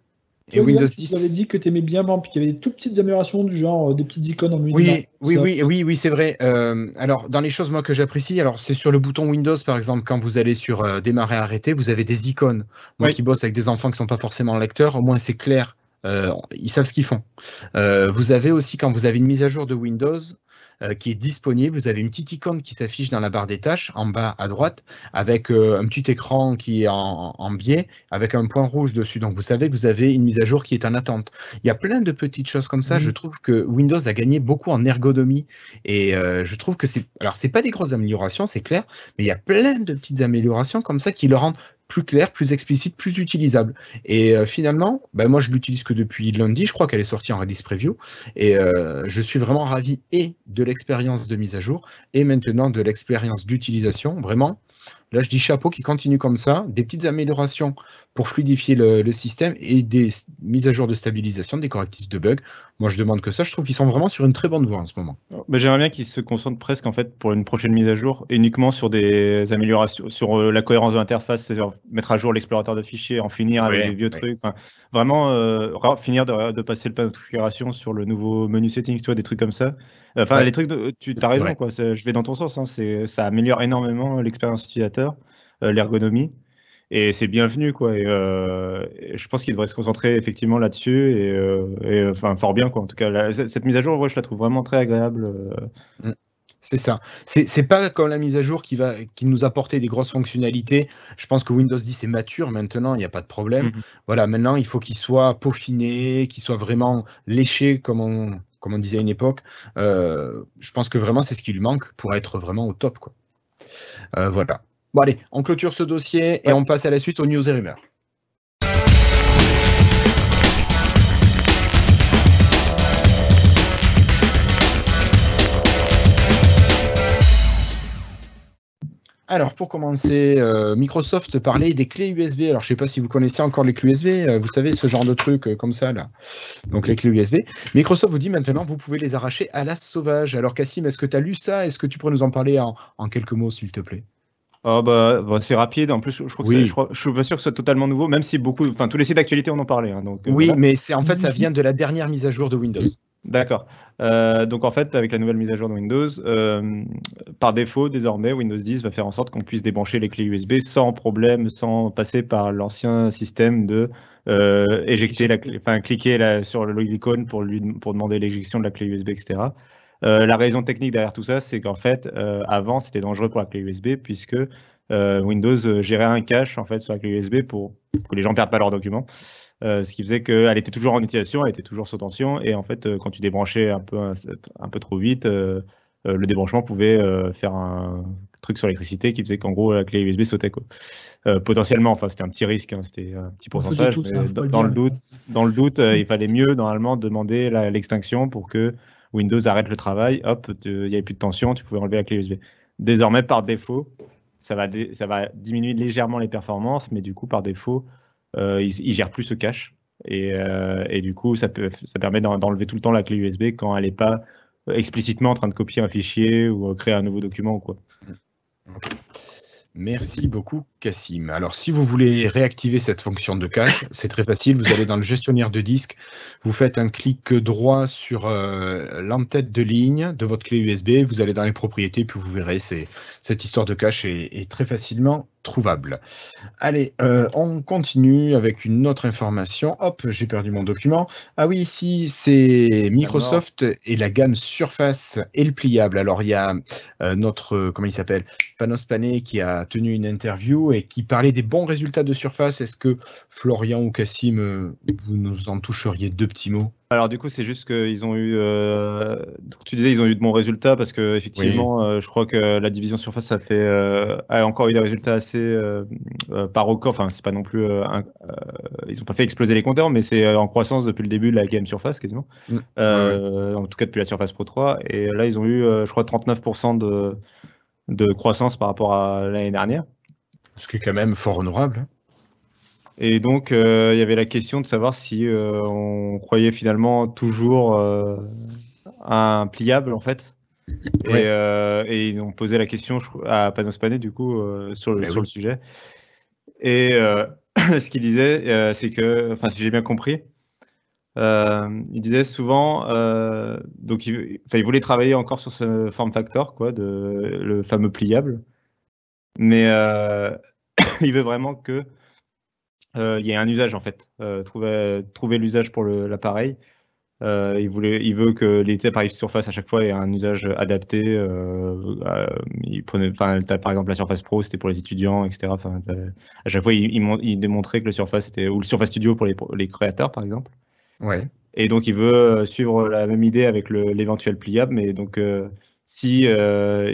Et Windows dix. Tu avais dit que tu aimais bien, bon, puis qu'il y avait des toutes petites améliorations du genre, euh, des petites icônes en milieu. Oui, oui, oui, oui, oui, c'est vrai. Euh, alors, dans les choses moi que j'apprécie, alors c'est sur le bouton Windows, par exemple, quand vous allez sur euh, démarrer, arrêter, vous avez des icônes. Moi Oui. qui bosse avec des enfants qui sont pas forcément lecteurs, au moins c'est clair. Euh, ils savent ce qu'ils font. Euh, vous avez aussi, quand vous avez une mise à jour de Windows euh, qui est disponible, vous avez une petite icône qui s'affiche dans la barre des tâches, en bas à droite, avec euh, un petit écran qui est en, en biais, avec un point rouge dessus. Donc vous savez que vous avez une mise à jour qui est en attente. Il y a plein de petites choses comme ça. Mmh. Je trouve que Windows a gagné beaucoup en ergonomie. Et euh, je trouve que c'est... Alors, c'est pas des grosses améliorations, c'est clair, mais il y a plein de petites améliorations comme ça qui le rendent plus clair, plus explicite, plus utilisable. Et euh, finalement, ben moi je l'utilise que depuis lundi, je crois qu'elle est sortie en release preview, et euh, je suis vraiment ravi et de l'expérience de mise à jour, et maintenant de l'expérience d'utilisation, vraiment. Là, je dis chapeau qui continue comme ça, des petites améliorations pour fluidifier le, le système et des mises à jour de stabilisation, des correctifs de bugs. Moi, je demande que ça. Je trouve qu'ils sont vraiment sur une très bonne voie en ce moment. Bah, j'aimerais bien qu'ils se concentrent presque en fait pour une prochaine mise à jour uniquement sur des améliorations, sur euh, la cohérence de l'interface, c'est-à-dire mettre à jour l'explorateur de fichiers, en finir avec Ouais, les vieux ouais. trucs. Enfin, vraiment euh, finir de, de passer le panneau de configuration sur le nouveau menu settings, tu vois, des trucs comme ça. Enfin, Ouais. les trucs, de, tu as raison, Ouais. quoi. Je vais dans ton sens. Hein, c'est, ça améliore énormément l'expérience utilisateur, euh, l'ergonomie. Et c'est bienvenu, quoi. Et, euh, et je pense qu'il devrait se concentrer effectivement là-dessus. Et, euh, et enfin, fort bien, quoi. En tout cas, la, cette mise à jour, ouais, je la trouve vraiment très agréable. Euh. C'est ça. C'est, c'est pas comme la mise à jour qui va qui nous apportait des grosses fonctionnalités. Je pense que Windows dix est mature maintenant, il n'y a pas de problème. Mm-hmm. Voilà, maintenant il faut qu'il soit peaufiné, qu'il soit vraiment léché, comme on, comme on disait à une époque. Euh, je pense que vraiment c'est ce qui lui manque pour être vraiment au top, quoi. Euh, voilà. Bon allez, on clôture ce dossier et Ouais. on passe à la suite aux news et rumeurs. Alors, pour commencer, euh, Microsoft parlait des clés U S B. Alors, je ne sais pas si vous connaissez encore les clés U S B. Euh, vous savez, ce genre de truc euh, comme ça, là. Donc, les clés U S B. Microsoft vous dit maintenant, vous pouvez les arracher à la sauvage. Alors, Cassim, est-ce que tu as lu ça? Est-ce que tu pourrais nous en parler en, en quelques mots, s'il te plaît? Oh bah, bah, c'est rapide. En plus, je crois que Oui. c'est- je, crois, je suis pas sûr que ce soit totalement nouveau, même si beaucoup, enfin tous les sites d'actualité en ont parlé. Hein, donc, euh, Oui, voilà. mais c'est en fait, ça vient de la dernière mise à jour de Windows. D'accord. Euh, donc en fait, avec la nouvelle mise à jour de Windows, euh, par défaut, désormais, Windows dix va faire en sorte qu'on puisse débrancher les clés U S B sans problème, sans passer par l'ancien système de euh, éjecter la clé, enfin cliquer là, sur l'icône pour lui pour demander l'éjection de la clé U S B, et cetera. Euh, la raison technique derrière tout ça, c'est qu'en fait, euh, avant, c'était dangereux pour la clé U S B puisque euh, Windows gérait un cache en fait sur la clé U S B pour que les gens perdent pas leurs documents. Euh, ce qui faisait qu'elle était toujours en utilisation, elle était toujours sous tension, et en fait, euh, quand tu débranchais un peu, un, un peu trop vite, euh, euh, le débranchement pouvait euh, faire un truc sur l'électricité qui faisait qu'en gros la clé U S B sautait, quoi. Euh, potentiellement, enfin c'était un petit risque, hein, c'était un petit pourcentage. Tous, mais hein, dans, le dans, dire, le doute, mais... dans le doute, euh, il fallait mieux normalement demander la, l'extinction pour que Windows arrête le travail. Hop, il n'y avait plus de tension, tu pouvais enlever la clé U S B. Désormais, par défaut, ça va, dé, ça va diminuer légèrement les performances, mais du coup, par défaut, euh, il ne gère plus ce cache. Et, euh, et du coup, ça, peut, ça permet d'enlever tout le temps la clé U S B quand elle n'est pas explicitement en train de copier un fichier ou créer un nouveau document, quoi. Okay. Merci beaucoup, Cassim. Alors, si vous voulez réactiver cette fonction de cache, c'est très facile. Vous allez dans le gestionnaire de disque, vous faites un clic droit sur euh, l'entête de ligne de votre clé U S B, vous allez dans les propriétés, puis vous verrez, c'est, cette histoire de cache est, est très facilement trouvable. Allez, euh, on continue avec une autre information. Hop, j'ai perdu mon document. Ah oui, ici, c'est Microsoft et la gamme Surface et le pliable. Alors, il y a euh, notre, comment il s'appelle, Panos Panay qui a tenu une interview et qui parlait des bons résultats de Surface. Est-ce que Florian ou Cassim, vous nous en toucheriez deux petits mots? Alors du coup, c'est juste qu'ils ont eu, euh, donc tu disais, ils ont eu de bons résultats parce que effectivement, oui. euh, je crois que la division Surface a fait, euh, a encore eu des résultats assez euh, euh, pas record. Enfin, c'est pas non plus, euh, un, euh, ils ont pas fait exploser les compteurs, mais c'est en croissance depuis le début de la gamme Surface quasiment. Mmh. Euh, ouais, ouais. En tout cas depuis la Surface Pro trois. Et là, ils ont eu, euh, je crois, trente-neuf pour cent de de croissance par rapport à l'année dernière. Ce qui est quand même fort honorable. Et donc, euh, il y avait la question de savoir si euh, on croyait finalement toujours euh, à un pliable, en fait. Et, ouais. euh, et ils ont posé la question à Panos Panay, du coup, euh, sur, le, sur oui. le sujet. Et euh, ce qu'il disait, euh, c'est que, enfin, si j'ai bien compris, Euh, il disait souvent, euh, donc il, enfin, il voulait travailler encore sur ce form factor, quoi, de, le fameux pliable, mais euh, il veut vraiment que euh, il y ait un usage en fait, euh, trouver, trouver l'usage pour le- l'appareil. Euh, il voulait, il veut que les appareils Surface à chaque fois aient un usage adapté. Euh, euh, il prenait, enfin, t'as, par exemple la Surface Pro, c'était pour les étudiants, et cetera. Enfin, t'as- à chaque fois, il, il, mon- il démontrait que le Surface était, ou le Surface Studio pour les, pour les créateurs, par exemple. Ouais. Et donc, il veut euh, suivre la même idée avec le- l'éventuel pliable, mais donc euh, si euh,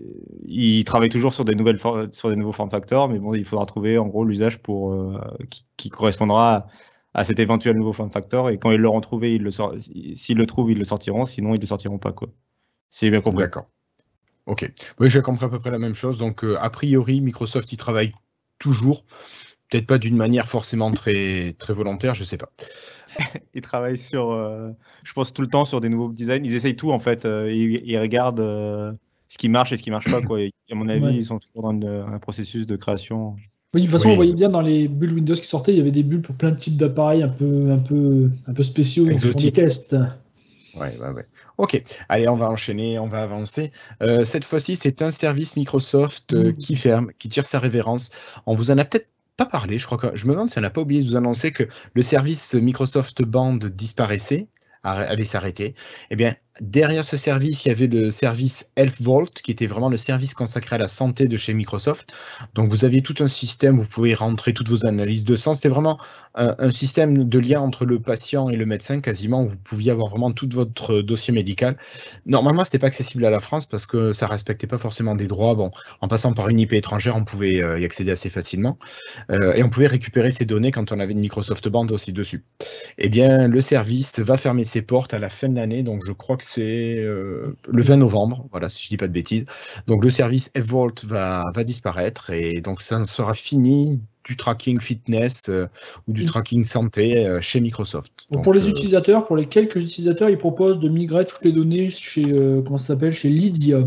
il travaille toujours sur des nouvelles for- sur des nouveaux form factors, mais bon, il faudra trouver en gros l'usage pour euh, qui, qui correspondra à, à cet éventuel nouveau form factor. Et quand ils l'auront trouvé, ils le sort- s'ils le trouvent, ils le sortiront. Sinon, ils le sortiront pas, quoi. Si j'ai bien compris. D'accord. Ok. Oui, j'ai compris à peu près la même chose. Donc, euh, a priori, Microsoft y travaille toujours. Peut-être pas d'une manière forcément très, très volontaire, je sais pas. Ils travaillent sur, euh, je pense tout le temps sur des nouveaux designs. Ils essayent tout en fait. Euh, ils, ils regardent euh, ce qui marche et ce qui marche pas, quoi. Et à mon avis, Ouais. ils sont toujours dans une- un processus de création. Oui, de toute façon, Oui. on voyait bien dans les bulles Windows qui sortaient, il y avait des bulles pour plein de types d'appareils un peu, un peu, un peu spéciaux, donc ils font des Exotique. tests. Ouais, ouais, ouais. Ok, allez, on va enchaîner, on va avancer. Euh, cette fois-ci, c'est un service Microsoft euh, Mmh. qui ferme, qui tire sa révérence. On vous en a peut-être pas parlé, je crois que je me demande si on n'a pas oublié de vous annoncer que le service Microsoft Band disparaissait, allait s'arrêter. Eh bien, derrière ce service, il y avait le service Health Vault, qui était vraiment le service consacré à la santé de chez Microsoft. Donc, vous aviez tout un système, vous pouvez rentrer toutes vos analyses de sang. C'était vraiment un, un système de lien entre le patient et le médecin, quasiment, où vous pouviez avoir vraiment tout votre dossier médical. Normalement, ce n'était pas accessible à la France parce que ça ne respectait pas forcément des droits. Bon, en passant par une I P étrangère, on pouvait euh, y accéder assez facilement. Euh, et on pouvait récupérer ces données quand on avait une Microsoft Band aussi dessus. Eh bien, le service va fermer ses portes à la fin de l'année, donc je crois que c'est euh, le vingt novembre, voilà, si je dis pas de bêtises. Donc le service F-Vault va, va disparaître et donc ça ne sera fini du tracking fitness euh, ou du Et- tracking santé euh, chez Microsoft. Donc, Donc, pour les euh, utilisateurs, pour les quelques utilisateurs, ils proposent de migrer toutes les données chez, euh, comment ça s'appelle, chez Lydia.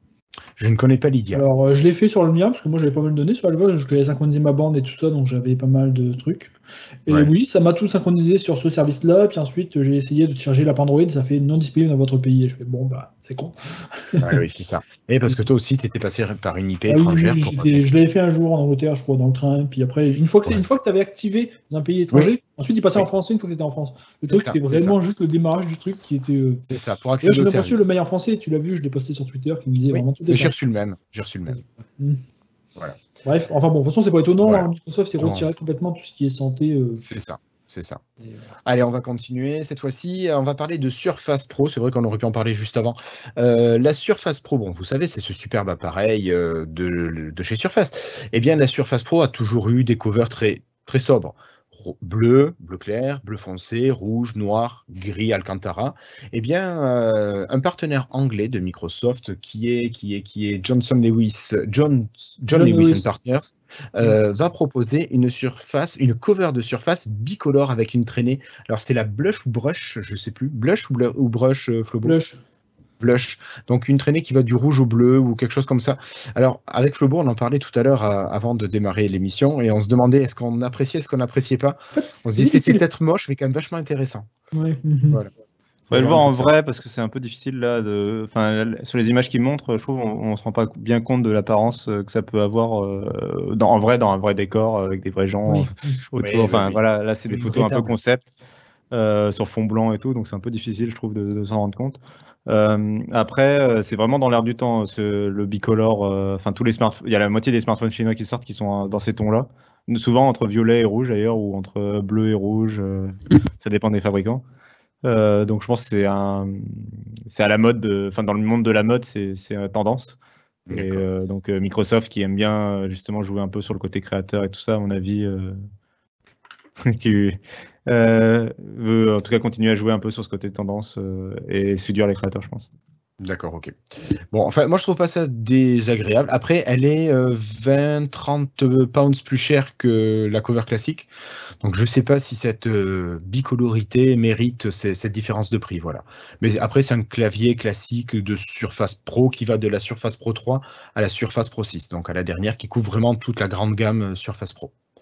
je ne connais pas Lydia. Alors, euh, je l'ai fait sur le mien, parce que moi, j'avais pas mal de données sur Alva, je devais synchroniser ma bande et tout ça, donc j'avais pas mal de trucs. Et Ouais. oui, ça m'a tout synchronisé sur ce service-là, puis ensuite, j'ai essayé de charger l'app Android, ça fait non disponible dans votre pays. Et je fais, bon, bah, c'est con. Ouais, oui, c'est ça. Et parce que toi aussi, tu étais passé par une I P Ah oui, étrangère oui, pour j'étais- je l'avais fait un jour en Angleterre, je crois, dans le train, puis après, une fois que c'est Ouais. une fois que tu avais activé dans un pays étranger, ensuite il passait Oui. en français une fois que tu étais en France. Le C'est truc, ça, c'était c'est vraiment juste le démarrage du truc qui était. euh, C'est ça, pour D'ailleurs, accéder j'ai au même reçu service. le mail en français, tu l'as vu, je l'ai posté sur Twitter, qui me disait Oui, vraiment tout mais j'ai est reçu le même. J'ai reçu le même. Mm. Voilà. Bref, enfin bon, de toute façon, c'est pas étonnant, Voilà. hein, Microsoft s'est Non. retiré complètement tout ce qui est santé. euh, C'est ça, c'est ça. et, euh, Allez, on va continuer. Cette fois-ci, on va parler de Surface Pro. C'est vrai qu'on aurait pu en parler juste avant. Euh, la Surface Pro, bon, vous savez, c'est ce superbe appareil euh, de, de chez Surface. Eh bien, la Surface Pro a toujours eu des covers très, très sobres. Ro- Bleu, bleu clair, bleu foncé, rouge, noir, gris Alcantara. Eh bien, euh, un partenaire anglais de Microsoft qui est, qui est, qui est Johnson Lewis, John, John, John Lewis Lewis. and Partners, euh, va proposer une surface, une cover de surface bicolore avec une traînée. Alors, c'est la blush ou brush, je sais plus. Blush ou, bleu- ou brush, euh, Flobo Blush. Blush. Donc, une traînée qui va du rouge au bleu ou quelque chose comme ça. Alors, avec Flobo, on en parlait tout à l'heure euh, avant de démarrer l'émission et on se demandait est-ce qu'on appréciait, est-ce qu'on n'appréciait pas. En fait, On se c'est disait c'était difficile. peut-être moche, mais quand même vachement intéressant. Ouais. mhm. Voilà. Faut le Faut voir un en peu ça. vrai parce que c'est un peu difficile là. De... Enfin, sur les images qu'ils montrent, je trouve on, on se rend pas bien compte de l'apparence euh, que ça peut avoir euh, dans, en vrai dans un vrai décor avec des vrais gens Oui. euh, autour. Oui, oui, enfin oui. voilà, là c'est des Une photos un vraie peu table. concept euh, sur fond blanc et tout, donc c'est un peu difficile je trouve de, de s'en rendre compte. Euh, après, euh, c'est vraiment dans l'air du temps ce, le bicolore. euh, Enfin tous les smartphones, il y a la moitié des smartphones chinois qui sortent qui sont euh, dans ces tons-là. Souvent entre violet et rouge d'ailleurs ou entre bleu et rouge. euh, ça dépend des fabricants. Euh, donc je pense que c'est un, c'est à la mode, de- enfin dans le monde de la mode, c'est c'est une tendance. Et D'accord. euh, donc euh, Microsoft qui aime bien euh, justement jouer un peu sur le côté créateur et tout ça, à mon avis, euh, tu euh, veut en tout cas continuer à jouer un peu sur ce côté tendance euh, et séduire les créateurs, je pense. D'accord, ok. Bon, enfin, moi je trouve pas ça désagréable. Après, elle est euh, vingt trente pounds plus chère que la cover classique. Donc je sais pas si cette euh, bicolorité mérite ces- cette différence de prix, voilà. Mais après, c'est un clavier classique de Surface Pro qui va de la Surface Pro trois à la Surface Pro six, donc à la dernière qui couvre vraiment toute la grande gamme euh, Surface Pro.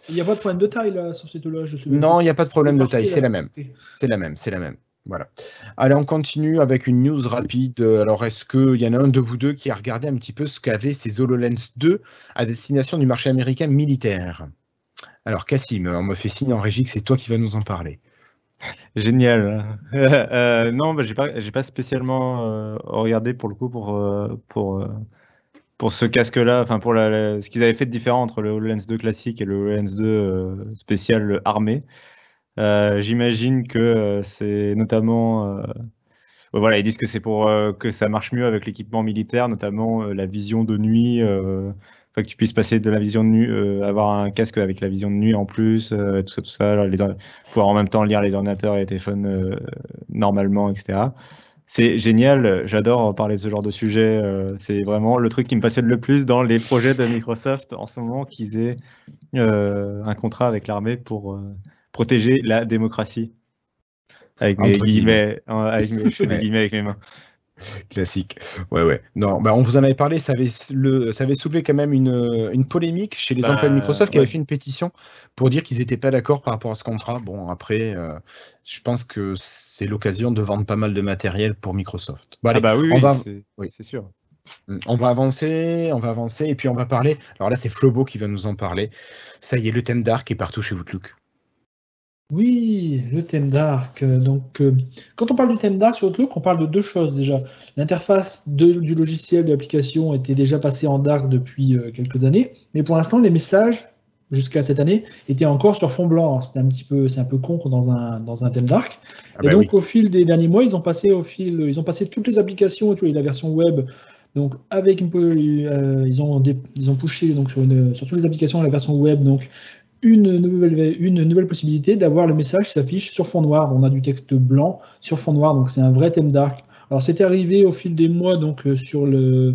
Il n'y a pas de problème de taille là sur cette là, je sais Non, il n'y a pas de problème de taille, c'est la même. Okay. C'est la même, c'est la même. Voilà. Allez, on continue avec une news rapide. Alors, est-ce qu'il y en a un de vous deux qui a regardé un petit peu ce qu'avaient ces HoloLens deux à destination du marché américain militaire? Alors, Cassim, on me fait signe en régie que c'est toi qui vas nous en parler. Génial. euh, non, bah, j'ai pas, j'ai pas spécialement euh, regardé pour le coup pour euh, pour euh, pour ce casque-là, enfin pour la, la, ce qu'ils avaient fait de différent entre le HoloLens deux classique et le HoloLens deux euh, spécial armé. Euh, J'imagine que euh, c'est notamment, euh, voilà, ils disent que c'est pour euh, que ça marche mieux avec l'équipement militaire, notamment euh, la vision de nuit. Euh, que tu puisses passer de la vision de nuit, euh, avoir un casque avec la vision de nuit en plus, euh, tout ça, tout ça, les, pouvoir en même temps lire les ordinateurs et les téléphones euh, normalement, et cetera. C'est génial, j'adore parler de ce genre de sujet. Euh, c'est vraiment le truc qui me passionne le plus dans les projets de Microsoft en ce moment, qu'ils aient euh, un contrat avec l'armée pour euh, protéger la démocratie. Avec mes Entre guillemets, hein, avec mes, je fais des Ouais. guillemets avec mes mains. Classique. Ouais, ouais. Non, bah on vous en avait parlé, ça avait, le, ça avait soulevé quand même une, une polémique chez les Bah, employés de Microsoft qui ouais. avaient fait une pétition pour dire qu'ils n'étaient pas d'accord par rapport à ce contrat. Bon, après, euh, je pense que c'est l'occasion de vendre pas mal de matériel pour Microsoft. Bon, allez, Ah bah oui, on oui, va, c'est oui. c'est sûr. On va avancer, on va avancer, et puis on va parler. Alors là, c'est Flobo qui va nous en parler. Ça y est, le thème Dark est partout chez Outlook. Oui, le thème Dark. Donc, euh, quand on parle du thème Dark sur Outlook, on parle de deux choses déjà. L'interface de- du logiciel de l'application était déjà passée en Dark depuis euh, quelques années, mais pour l'instant, les messages jusqu'à cette année étaient encore sur fond blanc. C'était un petit peu, c'est un peu con dans un dans un thème Dark. Ah Et bah donc, oui. au fil des derniers mois, ils ont passé au fil, ils ont passé toutes les applications et tout, et la version web. Donc, avec une, peu- euh, ils ont dé- ils ont pushé donc sur une sur toutes les applications la version web. Donc une nouvelle, une nouvelle possibilité d'avoir le message qui s'affiche sur fond noir. On a du texte blanc sur fond noir, donc c'est un vrai thème dark. Alors c'était arrivé au fil des mois donc euh, sur le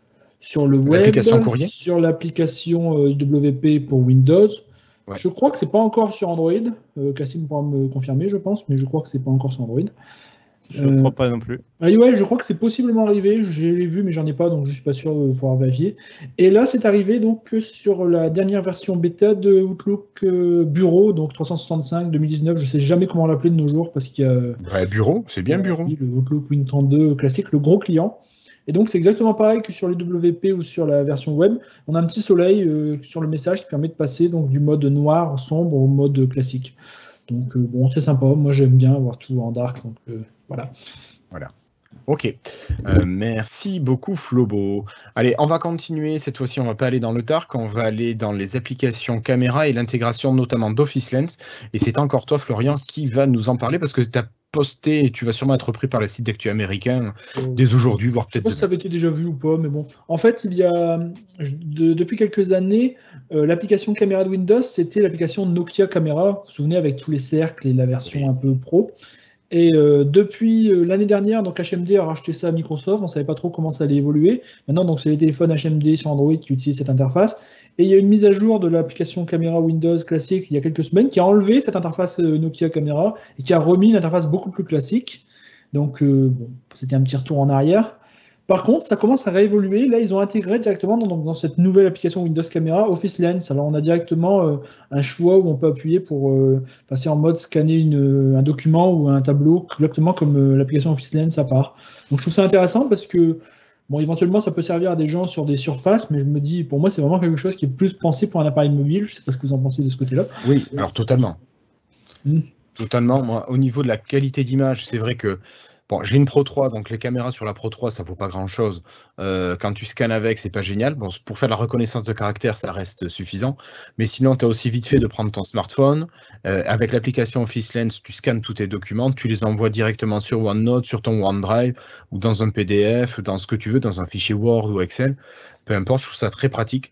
sur le web, L'application courrier. sur l'application euh, W P pour Windows. Ouais. Je crois que c'est pas encore sur Android. Euh, Cassim pourra me confirmer, je pense, mais je crois que c'est pas encore sur Android. Je ne Euh, crois pas non plus. Ah ouais, je crois que c'est possiblement arrivé. Je l'ai vu, mais j'en ai pas, donc je suis pas sûr de pouvoir vérifier. Et là, c'est arrivé donc sur la dernière version bêta de Outlook euh, Bureau, donc trois cent soixante-cinq deux mille dix-neuf. Je sais jamais comment l'appeler de nos jours parce qu'il y a Ouais, bureau, c'est bien euh, bureau. oui, le Outlook Win trente-deux classique, le gros client. Et donc, c'est exactement pareil que sur les W P ou sur la version web. On a un petit soleil euh, sur le message qui permet de passer donc, du mode noir sombre au mode classique. Donc, euh, bon, c'est sympa. Moi, j'aime bien avoir tout en dark. Donc, euh, voilà. Voilà. Ok. Euh, merci beaucoup, Flobo. Allez, on va continuer. Cette fois-ci, on va pas aller dans le dark, on va aller dans les applications caméra et l'intégration notamment d'Office Lens. Et c'est encore toi, Florian, qui va nous en parler parce que tu as posté et tu vas sûrement être pris par le site d'actu américain Euh, dès aujourd'hui, voire Je sais peut-être pas si ça demain. avait été déjà vu ou pas, mais bon. En fait, il y a je- de- depuis quelques années, euh, l'application caméra de Windows, c'était l'application Nokia Camera. Vous vous souvenez avec tous les cercles et la version Oui. un peu pro. Et euh, depuis euh, l'année dernière, donc H M D a racheté ça à Microsoft. On ne savait pas trop comment ça allait évoluer. Maintenant, donc c'est les téléphones H M D sur Android qui utilisent cette interface. Et il y a une mise à jour de l'application caméra Windows classique il y a quelques semaines qui a enlevé cette interface euh, Nokia Camera et qui a remis une interface beaucoup plus classique. Donc, euh, bon, c'était un petit retour en arrière. Par contre, ça commence à réévoluer. Là, ils ont intégré directement dans, dans cette nouvelle application Windows Camera Office Lens. Alors, on a directement euh, un choix où on peut appuyer pour euh, passer en mode scanner une, un document ou un tableau, exactement comme euh, l'application Office Lens à part. Donc, je trouve ça intéressant parce que, bon, éventuellement, ça peut servir à des gens sur des surfaces, mais je me dis, pour moi, c'est vraiment quelque chose qui est plus pensé pour un appareil mobile. Je ne sais pas ce que vous en pensez de ce côté-là. Oui, alors totalement. Hmm. Totalement. Moi, au niveau de la qualité d'image, c'est vrai que bon, j'ai une Pro trois, donc les caméras sur la Pro trois, ça vaut pas grand-chose. Euh, quand tu scannes avec, c'est pas génial. Bon, pour faire la reconnaissance de caractère, ça reste suffisant. Mais sinon, tu as aussi vite fait de prendre ton smartphone. Euh, avec l'application Office Lens, tu scannes tous tes documents, tu les envoies directement sur OneNote, sur ton OneDrive, ou dans un P D F, dans ce que tu veux, dans un fichier Word ou Excel. Peu importe, je trouve ça très pratique.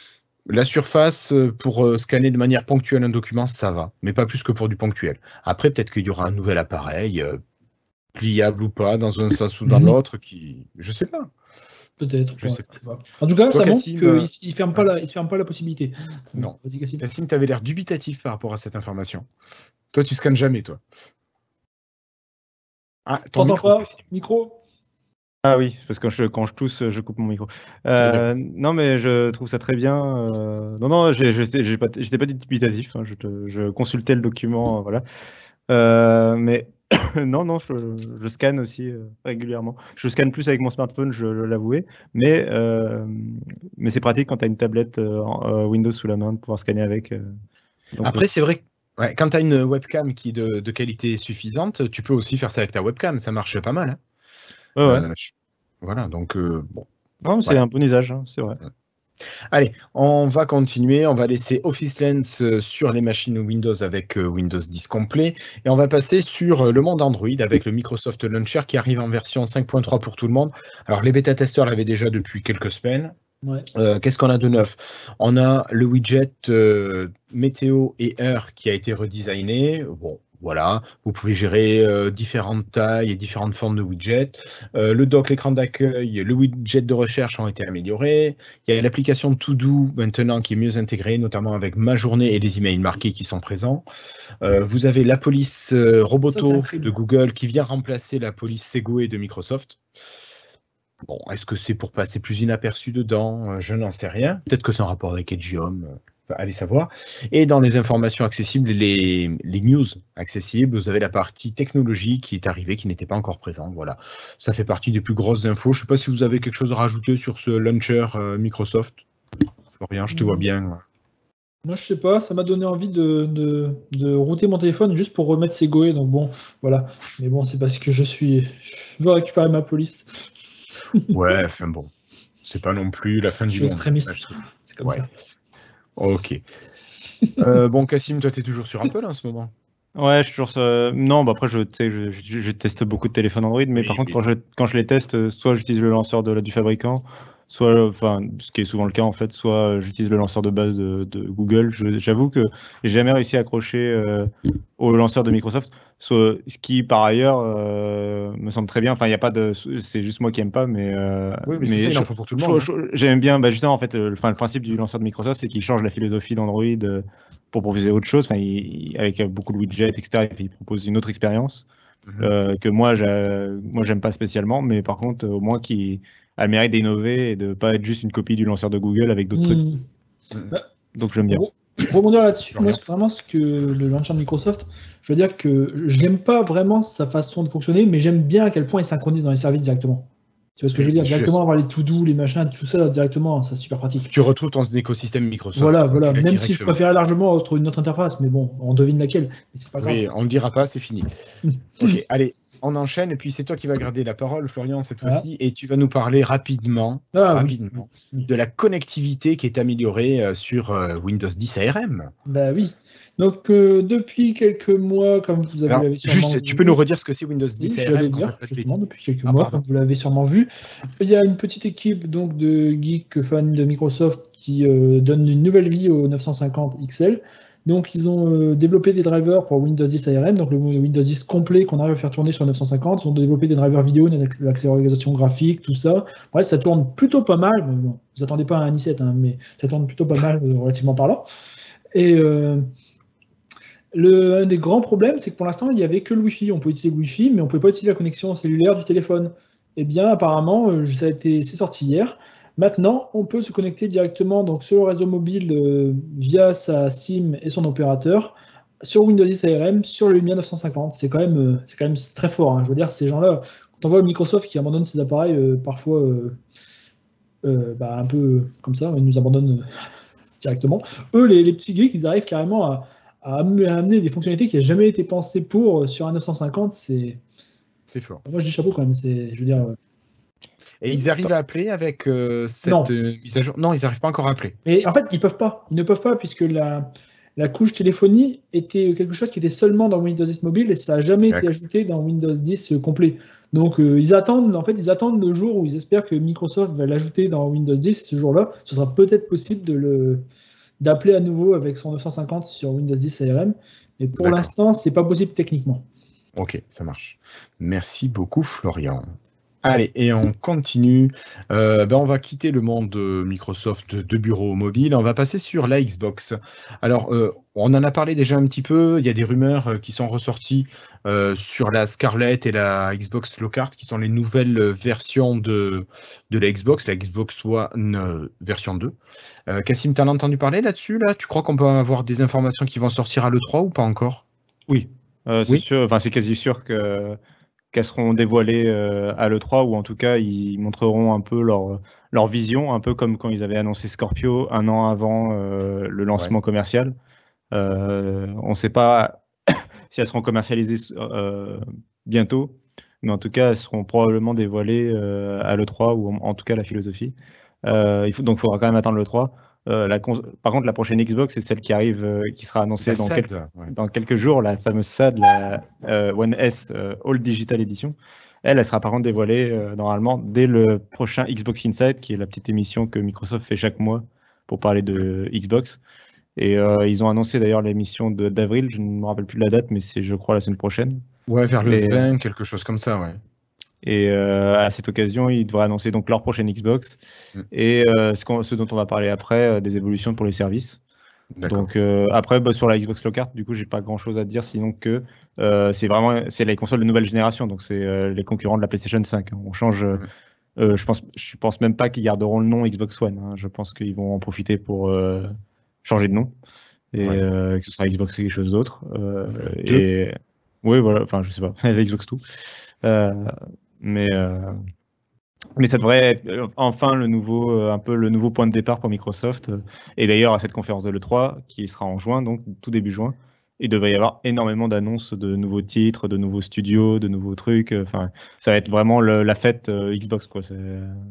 La surface, pour scanner de manière ponctuelle un document, ça va, mais pas plus que pour du ponctuel. Après, peut-être qu'il y aura un nouvel appareil, euh, pliable ou pas, dans un sens ou dans l'autre, qui... Je sais pas. Peut-être. Je ouais, sais je sais pas. En tout Toi, cas, ça montre Cassim, qu'il euh, ne ferme, pas la- il se ferme pas la possibilité. Non. Vas-y, Cassim. Cassim, tu avais l'air dubitatif par rapport à cette information. Toi, tu scannes jamais, toi. Ah, ton T'entends micro, pas Cassim. Micro Ah oui, parce que quand je, quand je tousse, je coupe mon micro. Euh, non, mais je trouve ça très bien. Euh, non, non, j'ai- j'ai- j'ai pas- j'étais pas du tout dubitatif. Hein, je, te- je consultais le document, euh, voilà. Euh, mais non, non, je, je scanne aussi euh, régulièrement. Je scanne plus avec mon smartphone, je, je l'avouais. Mais, euh, mais c'est pratique quand tu as une tablette euh, en- euh, Windows sous la main de pouvoir scanner avec. euh. Donc, Après, oui. c'est vrai que ouais, quand tu as une webcam qui est de, de qualité suffisante, tu peux aussi faire ça avec ta webcam. Ça marche pas mal. Hein. Ouais, ouais. Euh, je- Voilà, donc euh, bon. Non, c'est Voilà. un bon usage, hein, c'est vrai. Allez, on va continuer. On va laisser Office Lens euh, sur les machines Windows avec euh, Windows dix complet. Et on va passer sur euh, le monde Android avec le Microsoft Launcher qui arrive en version cinq point trois pour tout le monde. Alors, les bêta-testeurs l'avaient déjà depuis quelques semaines. Ouais. Euh, Qu'est-ce qu'on a de neuf? On a le widget euh, météo et heure qui a été redesigné. Bon, voilà, vous pouvez gérer euh, différentes tailles et différentes formes de widgets. Euh, le dock, l'écran d'accueil, le widget de recherche ont été améliorés. Il y a l'application To Do maintenant qui est mieux intégrée, notamment avec Ma Journée et les emails marqués qui sont présents. Euh, vous avez la police euh, Roboto Ça, de Google qui vient remplacer la police Segway de Microsoft. Bon, est-ce que c'est pour passer plus inaperçu dedans? Je n'en sais rien. Peut-être que c'est en rapport avec Edge Home. Allez savoir. Et dans les informations accessibles, les, les news accessibles, vous avez la partie technologie qui est arrivée, qui n'était pas encore présente. Voilà. Ça fait partie des plus grosses infos. Je ne sais pas si vous avez quelque chose à rajouter sur ce launcher euh, Microsoft. Florian, je te vois bien. Moi, je sais pas, ça m'a donné envie de, de, de router mon téléphone juste pour remettre Segway. Donc bon, voilà. Mais bon, c'est parce que je suis. Je veux récupérer ma police. Ouais, enfin bon. C'est pas non plus la fin Je du suis monde. extrémiste. C'est comme Ouais. ça. Ok. euh, bon, Cassim, toi, tu es toujours sur Apple en ce moment? Ouais, je suis toujours sur- Non, bah après, je, tu sais, je, je- je teste beaucoup de téléphones Android, mais Oui, par contre, oui. quand je, quand je les teste, euh, soit j'utilise le lanceur de, la- du fabricant, soit, euh, enfin, ce qui est souvent le cas en fait, soit euh, j'utilise le lanceur de base de, de Google. Je- J'avoue que j'ai jamais réussi à accrocher euh, au lanceur de Microsoft, soit, ce qui par ailleurs euh, me semble très bien. Enfin, il y a pas de, c'est juste moi qui aime pas, mais, euh, Oui, mais, c'est ça, il je- en faut pour tout le je- monde. Hein. je- j'aime bien. Bah, justement, en fait, euh, enfin, le principe du lanceur de Microsoft, c'est qu'il change la philosophie d'Android. euh, pour proposer autre chose, enfin, il- il- avec beaucoup de widgets, et cetera. Il propose une autre expérience Mhm. euh, que moi, j'ai- moi, j'aime pas spécialement, mais par contre, au moins, qui a le mérite d'innover et de pas être juste une copie du lanceur de Google avec d'autres trucs. Hmm. Mhm. Bah, Donc, j'aime bien. Pour rebondir là-dessus, Florian. moi, c'est vraiment ce que le launcher de Microsoft, je veux dire que je n'aime pas vraiment sa façon de fonctionner, mais j'aime bien à quel point il synchronise dans les services directement. Tu vois ce que je veux dire? Je- Directement avoir les to-do, les machins, tout ça directement, c'est super pratique. Tu retrouves ton écosystème Microsoft. Voilà, quoi. voilà. Tu l'as Même si je directement. préférais largement autre, une autre interface, mais bon, on devine laquelle, mais c'est pas grave. Oui, on ne le dira pas, c'est fini. Ok, allez, on enchaîne. Et puis c'est toi qui vas garder la parole, Florian, cette Voilà. fois-ci. Et tu vas nous parler rapidement, Ah, oui. rapidement de la connectivité qui est améliorée euh, sur euh, Windows dix A R M. Bah oui. Donc, euh, depuis quelques mois, comme vous avez Alors, l'avez sûrement juste, tu vu- peux nous redire ce que c'est Windows Oui, dix A R j'allais M qu'on dire, fasse pas de justement, bêtises. depuis quelques Ah, mois, pardon. comme vous l'avez sûrement vu. Il y a une petite équipe donc, de geeks fans de Microsoft qui euh, donne une nouvelle vie au neuf cent cinquante X L. Donc, ils ont euh, développé des drivers pour Windows dix A R M, donc le Windows dix complet qu'on arrive à faire tourner sur neuf cent cinquante. Ils ont développé des drivers vidéo, l'accélération graphique, tout ça. Bref, ça tourne plutôt pas mal. Mais bon, vous attendez pas à un i sept, hein, mais ça tourne plutôt pas mal, euh, relativement parlant. Et euh, le, un des grands problèmes, c'est que pour l'instant, il n'y avait que le Wi-Fi. On peut utiliser le Wi-Fi, mais on ne pouvait pas utiliser la connexion cellulaire du téléphone. Eh bien, apparemment, euh, ça a été, c'est sorti hier. Maintenant, on peut se connecter directement donc, sur le réseau mobile euh, via sa SIM et son opérateur sur Windows dix A R M, sur le Lumia neuf cent cinquante. C'est quand même, euh, c'est quand même très fort. Hein. Je veux dire, ces gens-là, quand on voit Microsoft qui abandonne ses appareils, euh, parfois euh, euh, bah, un peu comme ça, ils nous abandonnent euh, directement. Eux, les, les petits geeks, ils arrivent carrément à, à amener des fonctionnalités qui n'ont jamais été pensées pour sur un neuf cent cinquante. C'est, C'est fort. moi, je dis chapeau quand même. C'est, je veux dire. Et ils arrivent à appeler avec euh, cette Non. euh, mise à jour? Non, ils n'arrivent pas encore à appeler. Mais en fait, ils peuvent pas. Ils ne peuvent pas puisque la, la couche téléphonie était quelque chose qui était seulement dans Windows dix Mobile et ça n'a jamais été D'accord. ajouté dans Windows dix complet. Donc euh, ils attendent, en fait, ils attendent le jour où ils espèrent que Microsoft va l'ajouter dans Windows dix. Ce jour-là, ce sera peut-être possible de le d'appeler à nouveau avec son neuf cent cinquante sur Windows dix A R M. Mais pour D'accord. l'instant, c'est pas possible techniquement. Ok, ça marche. Merci beaucoup, Florian. Allez, et on continue. Euh, ben on va quitter le monde de Microsoft de bureau mobile. On va passer sur la Xbox. Alors, euh, on en a parlé déjà un petit peu. Il y a des rumeurs qui sont ressorties euh, sur la Scarlett et la Xbox Lockhart, qui sont les nouvelles versions de, de la Xbox, la Xbox One euh, version deux. Euh, Cassim, t'en as entendu parler là-dessus là? Tu crois qu'on peut avoir des informations qui vont sortir à l'E trois ou pas encore? Oui, euh, c'est Oui. sûr. Enfin, c'est quasi sûr que qu'elles seront dévoilées euh, à l'E trois, ou en tout cas ils montreront un peu leur, leur vision, un peu comme quand ils avaient annoncé Scorpio un an avant euh, le lancement Ouais. commercial. Euh, on ne sait pas si elles seront commercialisées euh, bientôt, mais en tout cas elles seront probablement dévoilées euh, à l'E trois, ou en, en tout cas la philosophie. Euh, il faut, donc il faudra quand même attendre l'E trois. Euh, la cons- Par contre, la prochaine Xbox, c'est celle qui arrive, euh, qui sera annoncée La dans, S A D, quel- ouais. dans quelques jours, la fameuse S A D, la euh, One S euh, All Digital Edition. Elle, elle sera par contre dévoilée euh, normalement dès le prochain Xbox Insight, qui est la petite émission que Microsoft fait chaque mois pour parler de Xbox. Et euh, ils ont annoncé d'ailleurs l'émission de- d'avril, je ne me rappelle plus de la date, mais c'est je crois la semaine prochaine. Ouais, vers le Et, vingt, quelque chose comme ça, ouais. et euh, à cette occasion, ils devraient annoncer donc leur prochaine Xbox Mm. et euh, ce, qu'on- ce dont on va parler après, euh, des évolutions pour les services. D'accord. Donc euh, après, bah, sur la Xbox Lockhart, du coup, j'ai pas grand-chose à dire, sinon que euh, c'est vraiment c'est les consoles de nouvelle génération, donc c'est euh, les concurrents de la PlayStation cinq. On change. euh, Mm. euh, je pense, je pense même pas qu'ils garderont le nom Xbox One, hein. Je pense qu'ils vont en profiter pour euh, changer de nom et Ouais. euh, que ce sera Xbox quelque chose d'autre. Euh, Deux. et oui, voilà. Enfin, je sais pas, la Xbox tout. Euh, mais euh, mais ça devrait être euh, enfin le nouveau, euh, un peu le nouveau point de départ pour Microsoft. euh, Et d'ailleurs, à cette conférence de l'E trois, qui sera en juin, donc tout début juin, il devrait y avoir énormément d'annonces de nouveaux titres, de nouveaux studios, de nouveaux trucs. euh, Enfin, ça va être vraiment le- la fête euh, Xbox, quoi. c'est-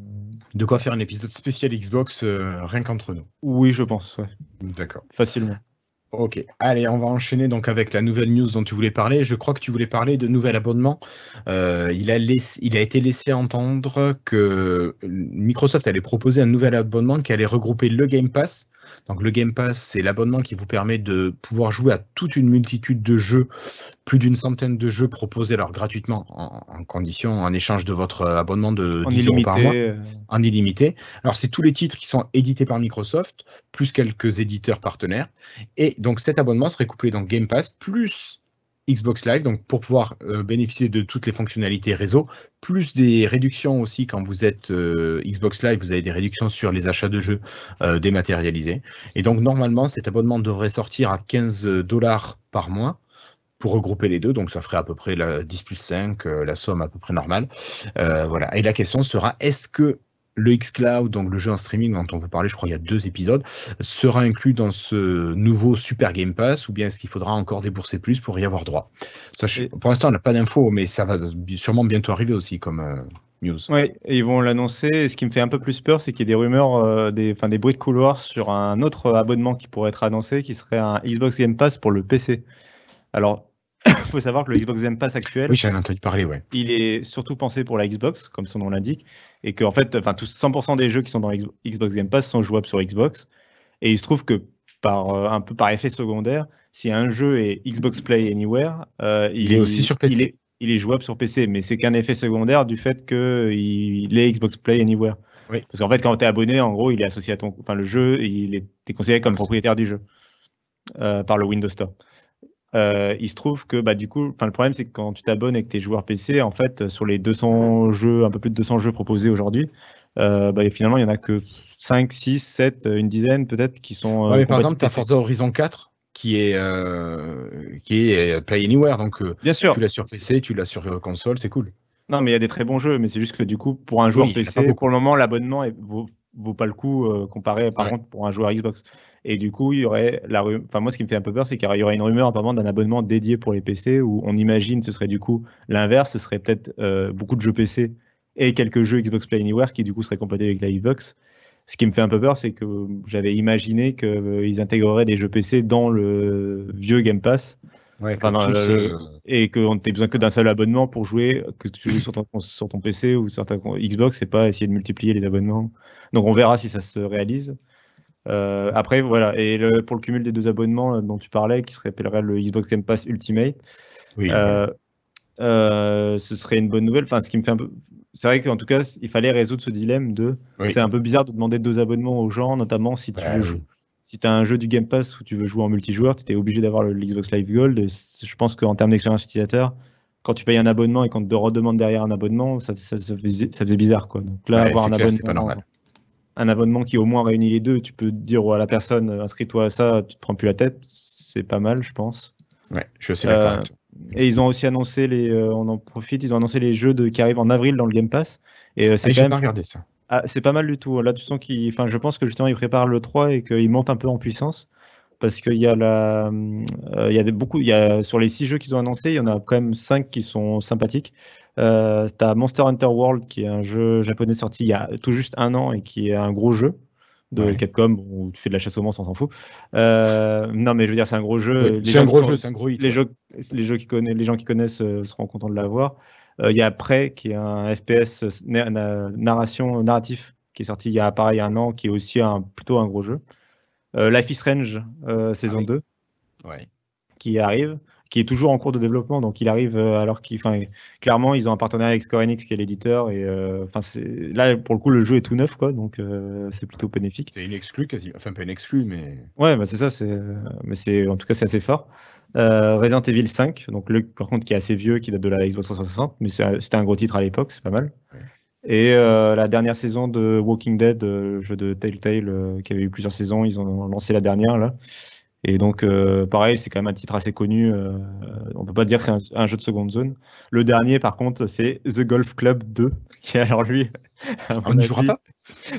De quoi faire un épisode spécial Xbox euh, rien qu'entre nous. Oui, je pense, ouais, D'accord. facilement. Ok. Allez, on va enchaîner donc avec la nouvelle news dont tu voulais parler. Je crois que tu voulais parler de nouvel abonnement. Euh, il a laissé, il a été laissé entendre que Microsoft allait proposer un nouvel abonnement qui allait regrouper le Game Pass. Donc le Game Pass, c'est l'abonnement qui vous permet de pouvoir jouer à toute une multitude de jeux, plus d'une centaine de jeux proposés alors gratuitement en, en condition, en échange de votre abonnement de En dix euros par mois, illimité. euh, en illimité. Alors c'est tous les titres qui sont édités par Microsoft, plus quelques éditeurs partenaires. Et donc cet abonnement serait couplé dans Game Pass, plus Xbox Live, donc pour pouvoir euh, bénéficier de toutes les fonctionnalités réseau, plus des réductions aussi quand vous êtes euh, Xbox Live, vous avez des réductions sur les achats de jeux euh, dématérialisés. Et donc normalement cet abonnement devrait sortir à quinze dollars par mois pour regrouper les deux, donc ça ferait à peu près la dix plus cinq, euh, la somme à peu près normale. Euh, voilà. Et la question sera, est-ce que le xCloud, donc le jeu en streaming dont on vous parlait, je crois il y a deux épisodes, sera inclus dans ce nouveau Super Game Pass, ou bien est-ce qu'il faudra encore débourser plus pour y avoir droit? Ça, je- Et- Pour l'instant, on n'a pas d'infos, mais ça va sûrement bientôt arriver aussi comme euh, news. Ouais, et ils vont l'annoncer. Et ce qui me fait un peu plus peur, c'est qu'il y ait des rumeurs, euh, des, enfin, des bruits de couloir sur un autre abonnement qui pourrait être annoncé, qui serait un Xbox Game Pass pour le P C. Alors, il faut savoir que le Xbox Game Pass actuel, Oui, j'en ai entendu parler, ouais. il est surtout pensé pour la Xbox, comme son nom l'indique, et que en fait, enfin, tous- cent pour cent des jeux qui sont dans X- Xbox Game Pass sont jouables sur Xbox. Et il se trouve que par euh, un peu par effet secondaire, si un jeu est Xbox Play Anywhere, euh, Il est aussi sur P C. Il est, il est jouable sur P C, mais c'est qu'un effet secondaire du fait qu'il est Xbox Play Anywhere. Oui. Parce qu'en fait, quand tu es abonné, en gros, il est associé à ton, enfin, le jeu, il est, t'es considéré comme Ah, c'est- propriétaire du jeu euh, par le Windows Store. Euh, il se trouve que bah, du coup, le problème c'est que quand tu t'abonnes et que tu es joueur P C, en fait, sur les deux cents jeux, un peu plus de deux cents jeux proposés aujourd'hui, euh, bah, finalement il n'y en a que cinq, six, sept, une dizaine peut-être qui sont. Euh, Ouais, mais par exemple, tu as P C. Forza Horizon quatre qui est, euh, qui est euh, Play Anywhere, donc euh, Bien sûr. tu l'as sur P C, tu l'as sur euh, console, c'est cool. Non, mais il y a des très bons jeux, mais c'est juste que du coup, pour un joueur Oui, il y en a pas P C, beaucoup. pour le moment, l'abonnement est- vaut, vaut pas le coup euh, comparé par Ouais. contre pour un joueur Xbox. Et du coup, il y aurait la ru- enfin moi ce qui me fait un peu peur, c'est qu'il y aurait une rumeur apparemment d'un abonnement dédié pour les P C où on imagine ce serait du coup l'inverse, ce serait peut-être euh, beaucoup de jeux P C et quelques jeux Xbox Play Anywhere qui du coup seraient complétés avec la Xbox. Ce qui me fait un peu peur, c'est que j'avais imaginé qu'ils intégreraient des jeux P C dans le vieux Game Pass. Ouais, Enfin, que dans tous, le- euh, et qu'on n'ait besoin que d'un seul abonnement pour jouer, que tu joues sur ton, sur ton P C ou sur ta Xbox, et pas essayer de multiplier les abonnements. Donc on verra si ça se réalise. Euh, après, voilà. Et le- pour le cumul des deux abonnements euh, dont tu parlais, qui se rappellerait le Xbox Game Pass Ultimate, oui, euh, voilà. euh, ce serait une bonne nouvelle. Enfin, ce qui me fait un peu, c'est vrai qu'en tout cas, il fallait résoudre ce dilemme de. Oui. C'est un peu bizarre de demander deux abonnements aux gens, notamment si tu bah, veux jouer. Si tu as un jeu du Game Pass où tu veux jouer en multijoueur, tu es obligé d'avoir le Xbox Live Gold. Et je pense qu'en termes d'expérience utilisateur, quand tu payes un abonnement et qu'on te redemande derrière un abonnement, ça, ça, ça, faisait, ça faisait bizarre, quoi. Donc là, ouais, avoir un clair, abonnement, c'est pas normal. Un abonnement qui au moins réunit les deux, tu peux dire à la personne, inscris-toi à ça, tu te prends plus la tête, c'est pas mal, je pense. Ouais, je suis assez d'accord euh, avec toi. Et ils ont aussi annoncé les, euh, on en profite, ils ont annoncé les jeux de, qui arrivent en avril dans le Game Pass. Et euh, c'est ah, quand même. Pas regardé ça. Ah, c'est pas mal du tout. Là, tu sens qu'ils, enfin, je pense que justement ils préparent le trois et qu'ils montent un peu en puissance. Parce qu'il y a la, euh, il y a des, beaucoup, il y a sur les six jeux qu'ils ont annoncés, il y en a quand même cinq qui sont sympathiques. Euh, t'as Monster Hunter World qui est un jeu japonais sorti il y a tout juste un an et qui est un gros jeu de ouais. Capcom où tu fais de la chasse aux monstres, on s'en fout. Euh, non mais je veux dire c'est un gros jeu. Ouais, c'est un gros sont, jeu, c'est un gros hit. Les ouais. jeux, les jeux qui connaissent, les gens qui connaissent euh, seront contents de l'avoir. Il euh, y a Prey qui est un F P S na- na- narration narratif qui est sorti il y a pareil un an, qui est aussi un plutôt un gros jeu. Euh, Life is Strange euh, saison ah oui. deux ouais. qui arrive, qui est toujours en cours de développement, donc il arrive euh, alors qu'il, enfin, clairement ils ont un partenariat avec Square Enix qui est l'éditeur et enfin euh, là pour le coup le jeu est tout neuf quoi, donc euh, c'est plutôt bénéfique. C'est une exclue quasi, enfin pas une exclue mais. Ouais bah c'est ça, c'est, mais c'est en tout cas c'est assez fort. Euh, Resident Evil cinq, donc le par contre qui est assez vieux, qui date de la Xbox trois cent soixante, mais c'est, c'était un gros titre à l'époque, c'est pas mal. Ouais. Et euh, la dernière saison de Walking Dead, euh, jeu de Telltale, euh, qui avait eu plusieurs saisons, ils ont lancé la dernière là. Et donc, euh, pareil, c'est quand même un titre assez connu. Euh, on peut pas dire que c'est un, un jeu de seconde zone. Le dernier, par contre, c'est The Golf Club deux, qui est alors lui, on n'y jouera pas.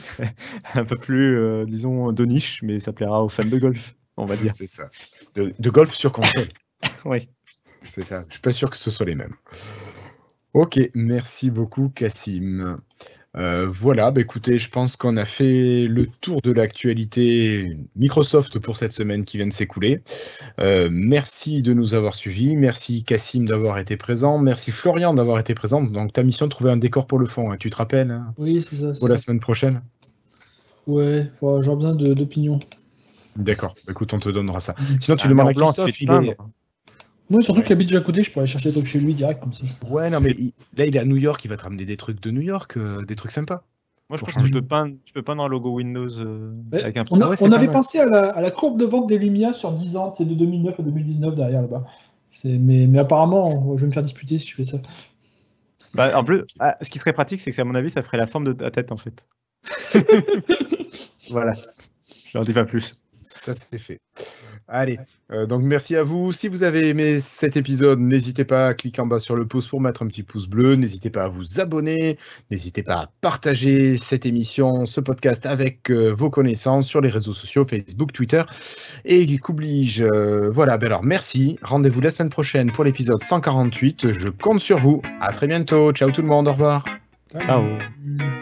un peu plus, euh, disons, de niche, mais ça plaira aux fans de golf, on va dire. C'est ça. De, de golf sur console. Oui. C'est ça. Je suis pas sûr que ce soit les mêmes. Ok, merci beaucoup Cassim. Euh, voilà, bah écoutez, je pense qu'on a fait le tour de l'actualité Microsoft pour cette semaine qui vient de s'écouler. Euh, merci de nous avoir suivis, merci Cassim d'avoir été présent, merci Florian d'avoir été présent. Donc ta mission de trouver un décor pour le fond, hein, tu te rappelles hein, oui, c'est ça. C'est pour la ça. semaine prochaine. Ouais, j'aurais besoin de, d'opinion. D'accord, bah, écoute, on te donnera ça. Sinon, tu ah, demandes à Christophe, il est... Oui, surtout ouais. qu'il habite déjà à côté, je pourrais aller chercher des trucs chez lui direct comme ça. Ouais, non, mais il, là, il est à New York, il va te ramener des trucs de New York, euh, des trucs sympas. Moi, je pense changer. que tu peux peindre, tu peux peindre un logo Windows euh, ouais. avec un On, a, ah ouais, on avait mal. pensé à la, à la courbe de vente des Lumia sur dix ans, c'est de deux mille neuf à deux mille dix-neuf derrière là-bas. C'est, mais, mais apparemment, je vais me faire disputer si je fais ça. Bah, en plus, ah, ce qui serait pratique, c'est que, à mon avis, ça ferait la forme de ta tête en fait. Voilà. Je n'en dis pas plus. Ça, c'est fait. Allez, euh, donc merci à vous. Si vous avez aimé cet épisode, n'hésitez pas à cliquer en bas sur le pouce pour mettre un petit pouce bleu. N'hésitez pas à vous abonner. N'hésitez pas à partager cette émission, ce podcast avec euh, vos connaissances sur les réseaux sociaux, Facebook, Twitter. Et qu'oblige. Euh, voilà, ben alors merci. Rendez-vous la semaine prochaine pour l'épisode cent quarante-huit. Je compte sur vous. À très bientôt. Ciao tout le monde. Au revoir. Ciao.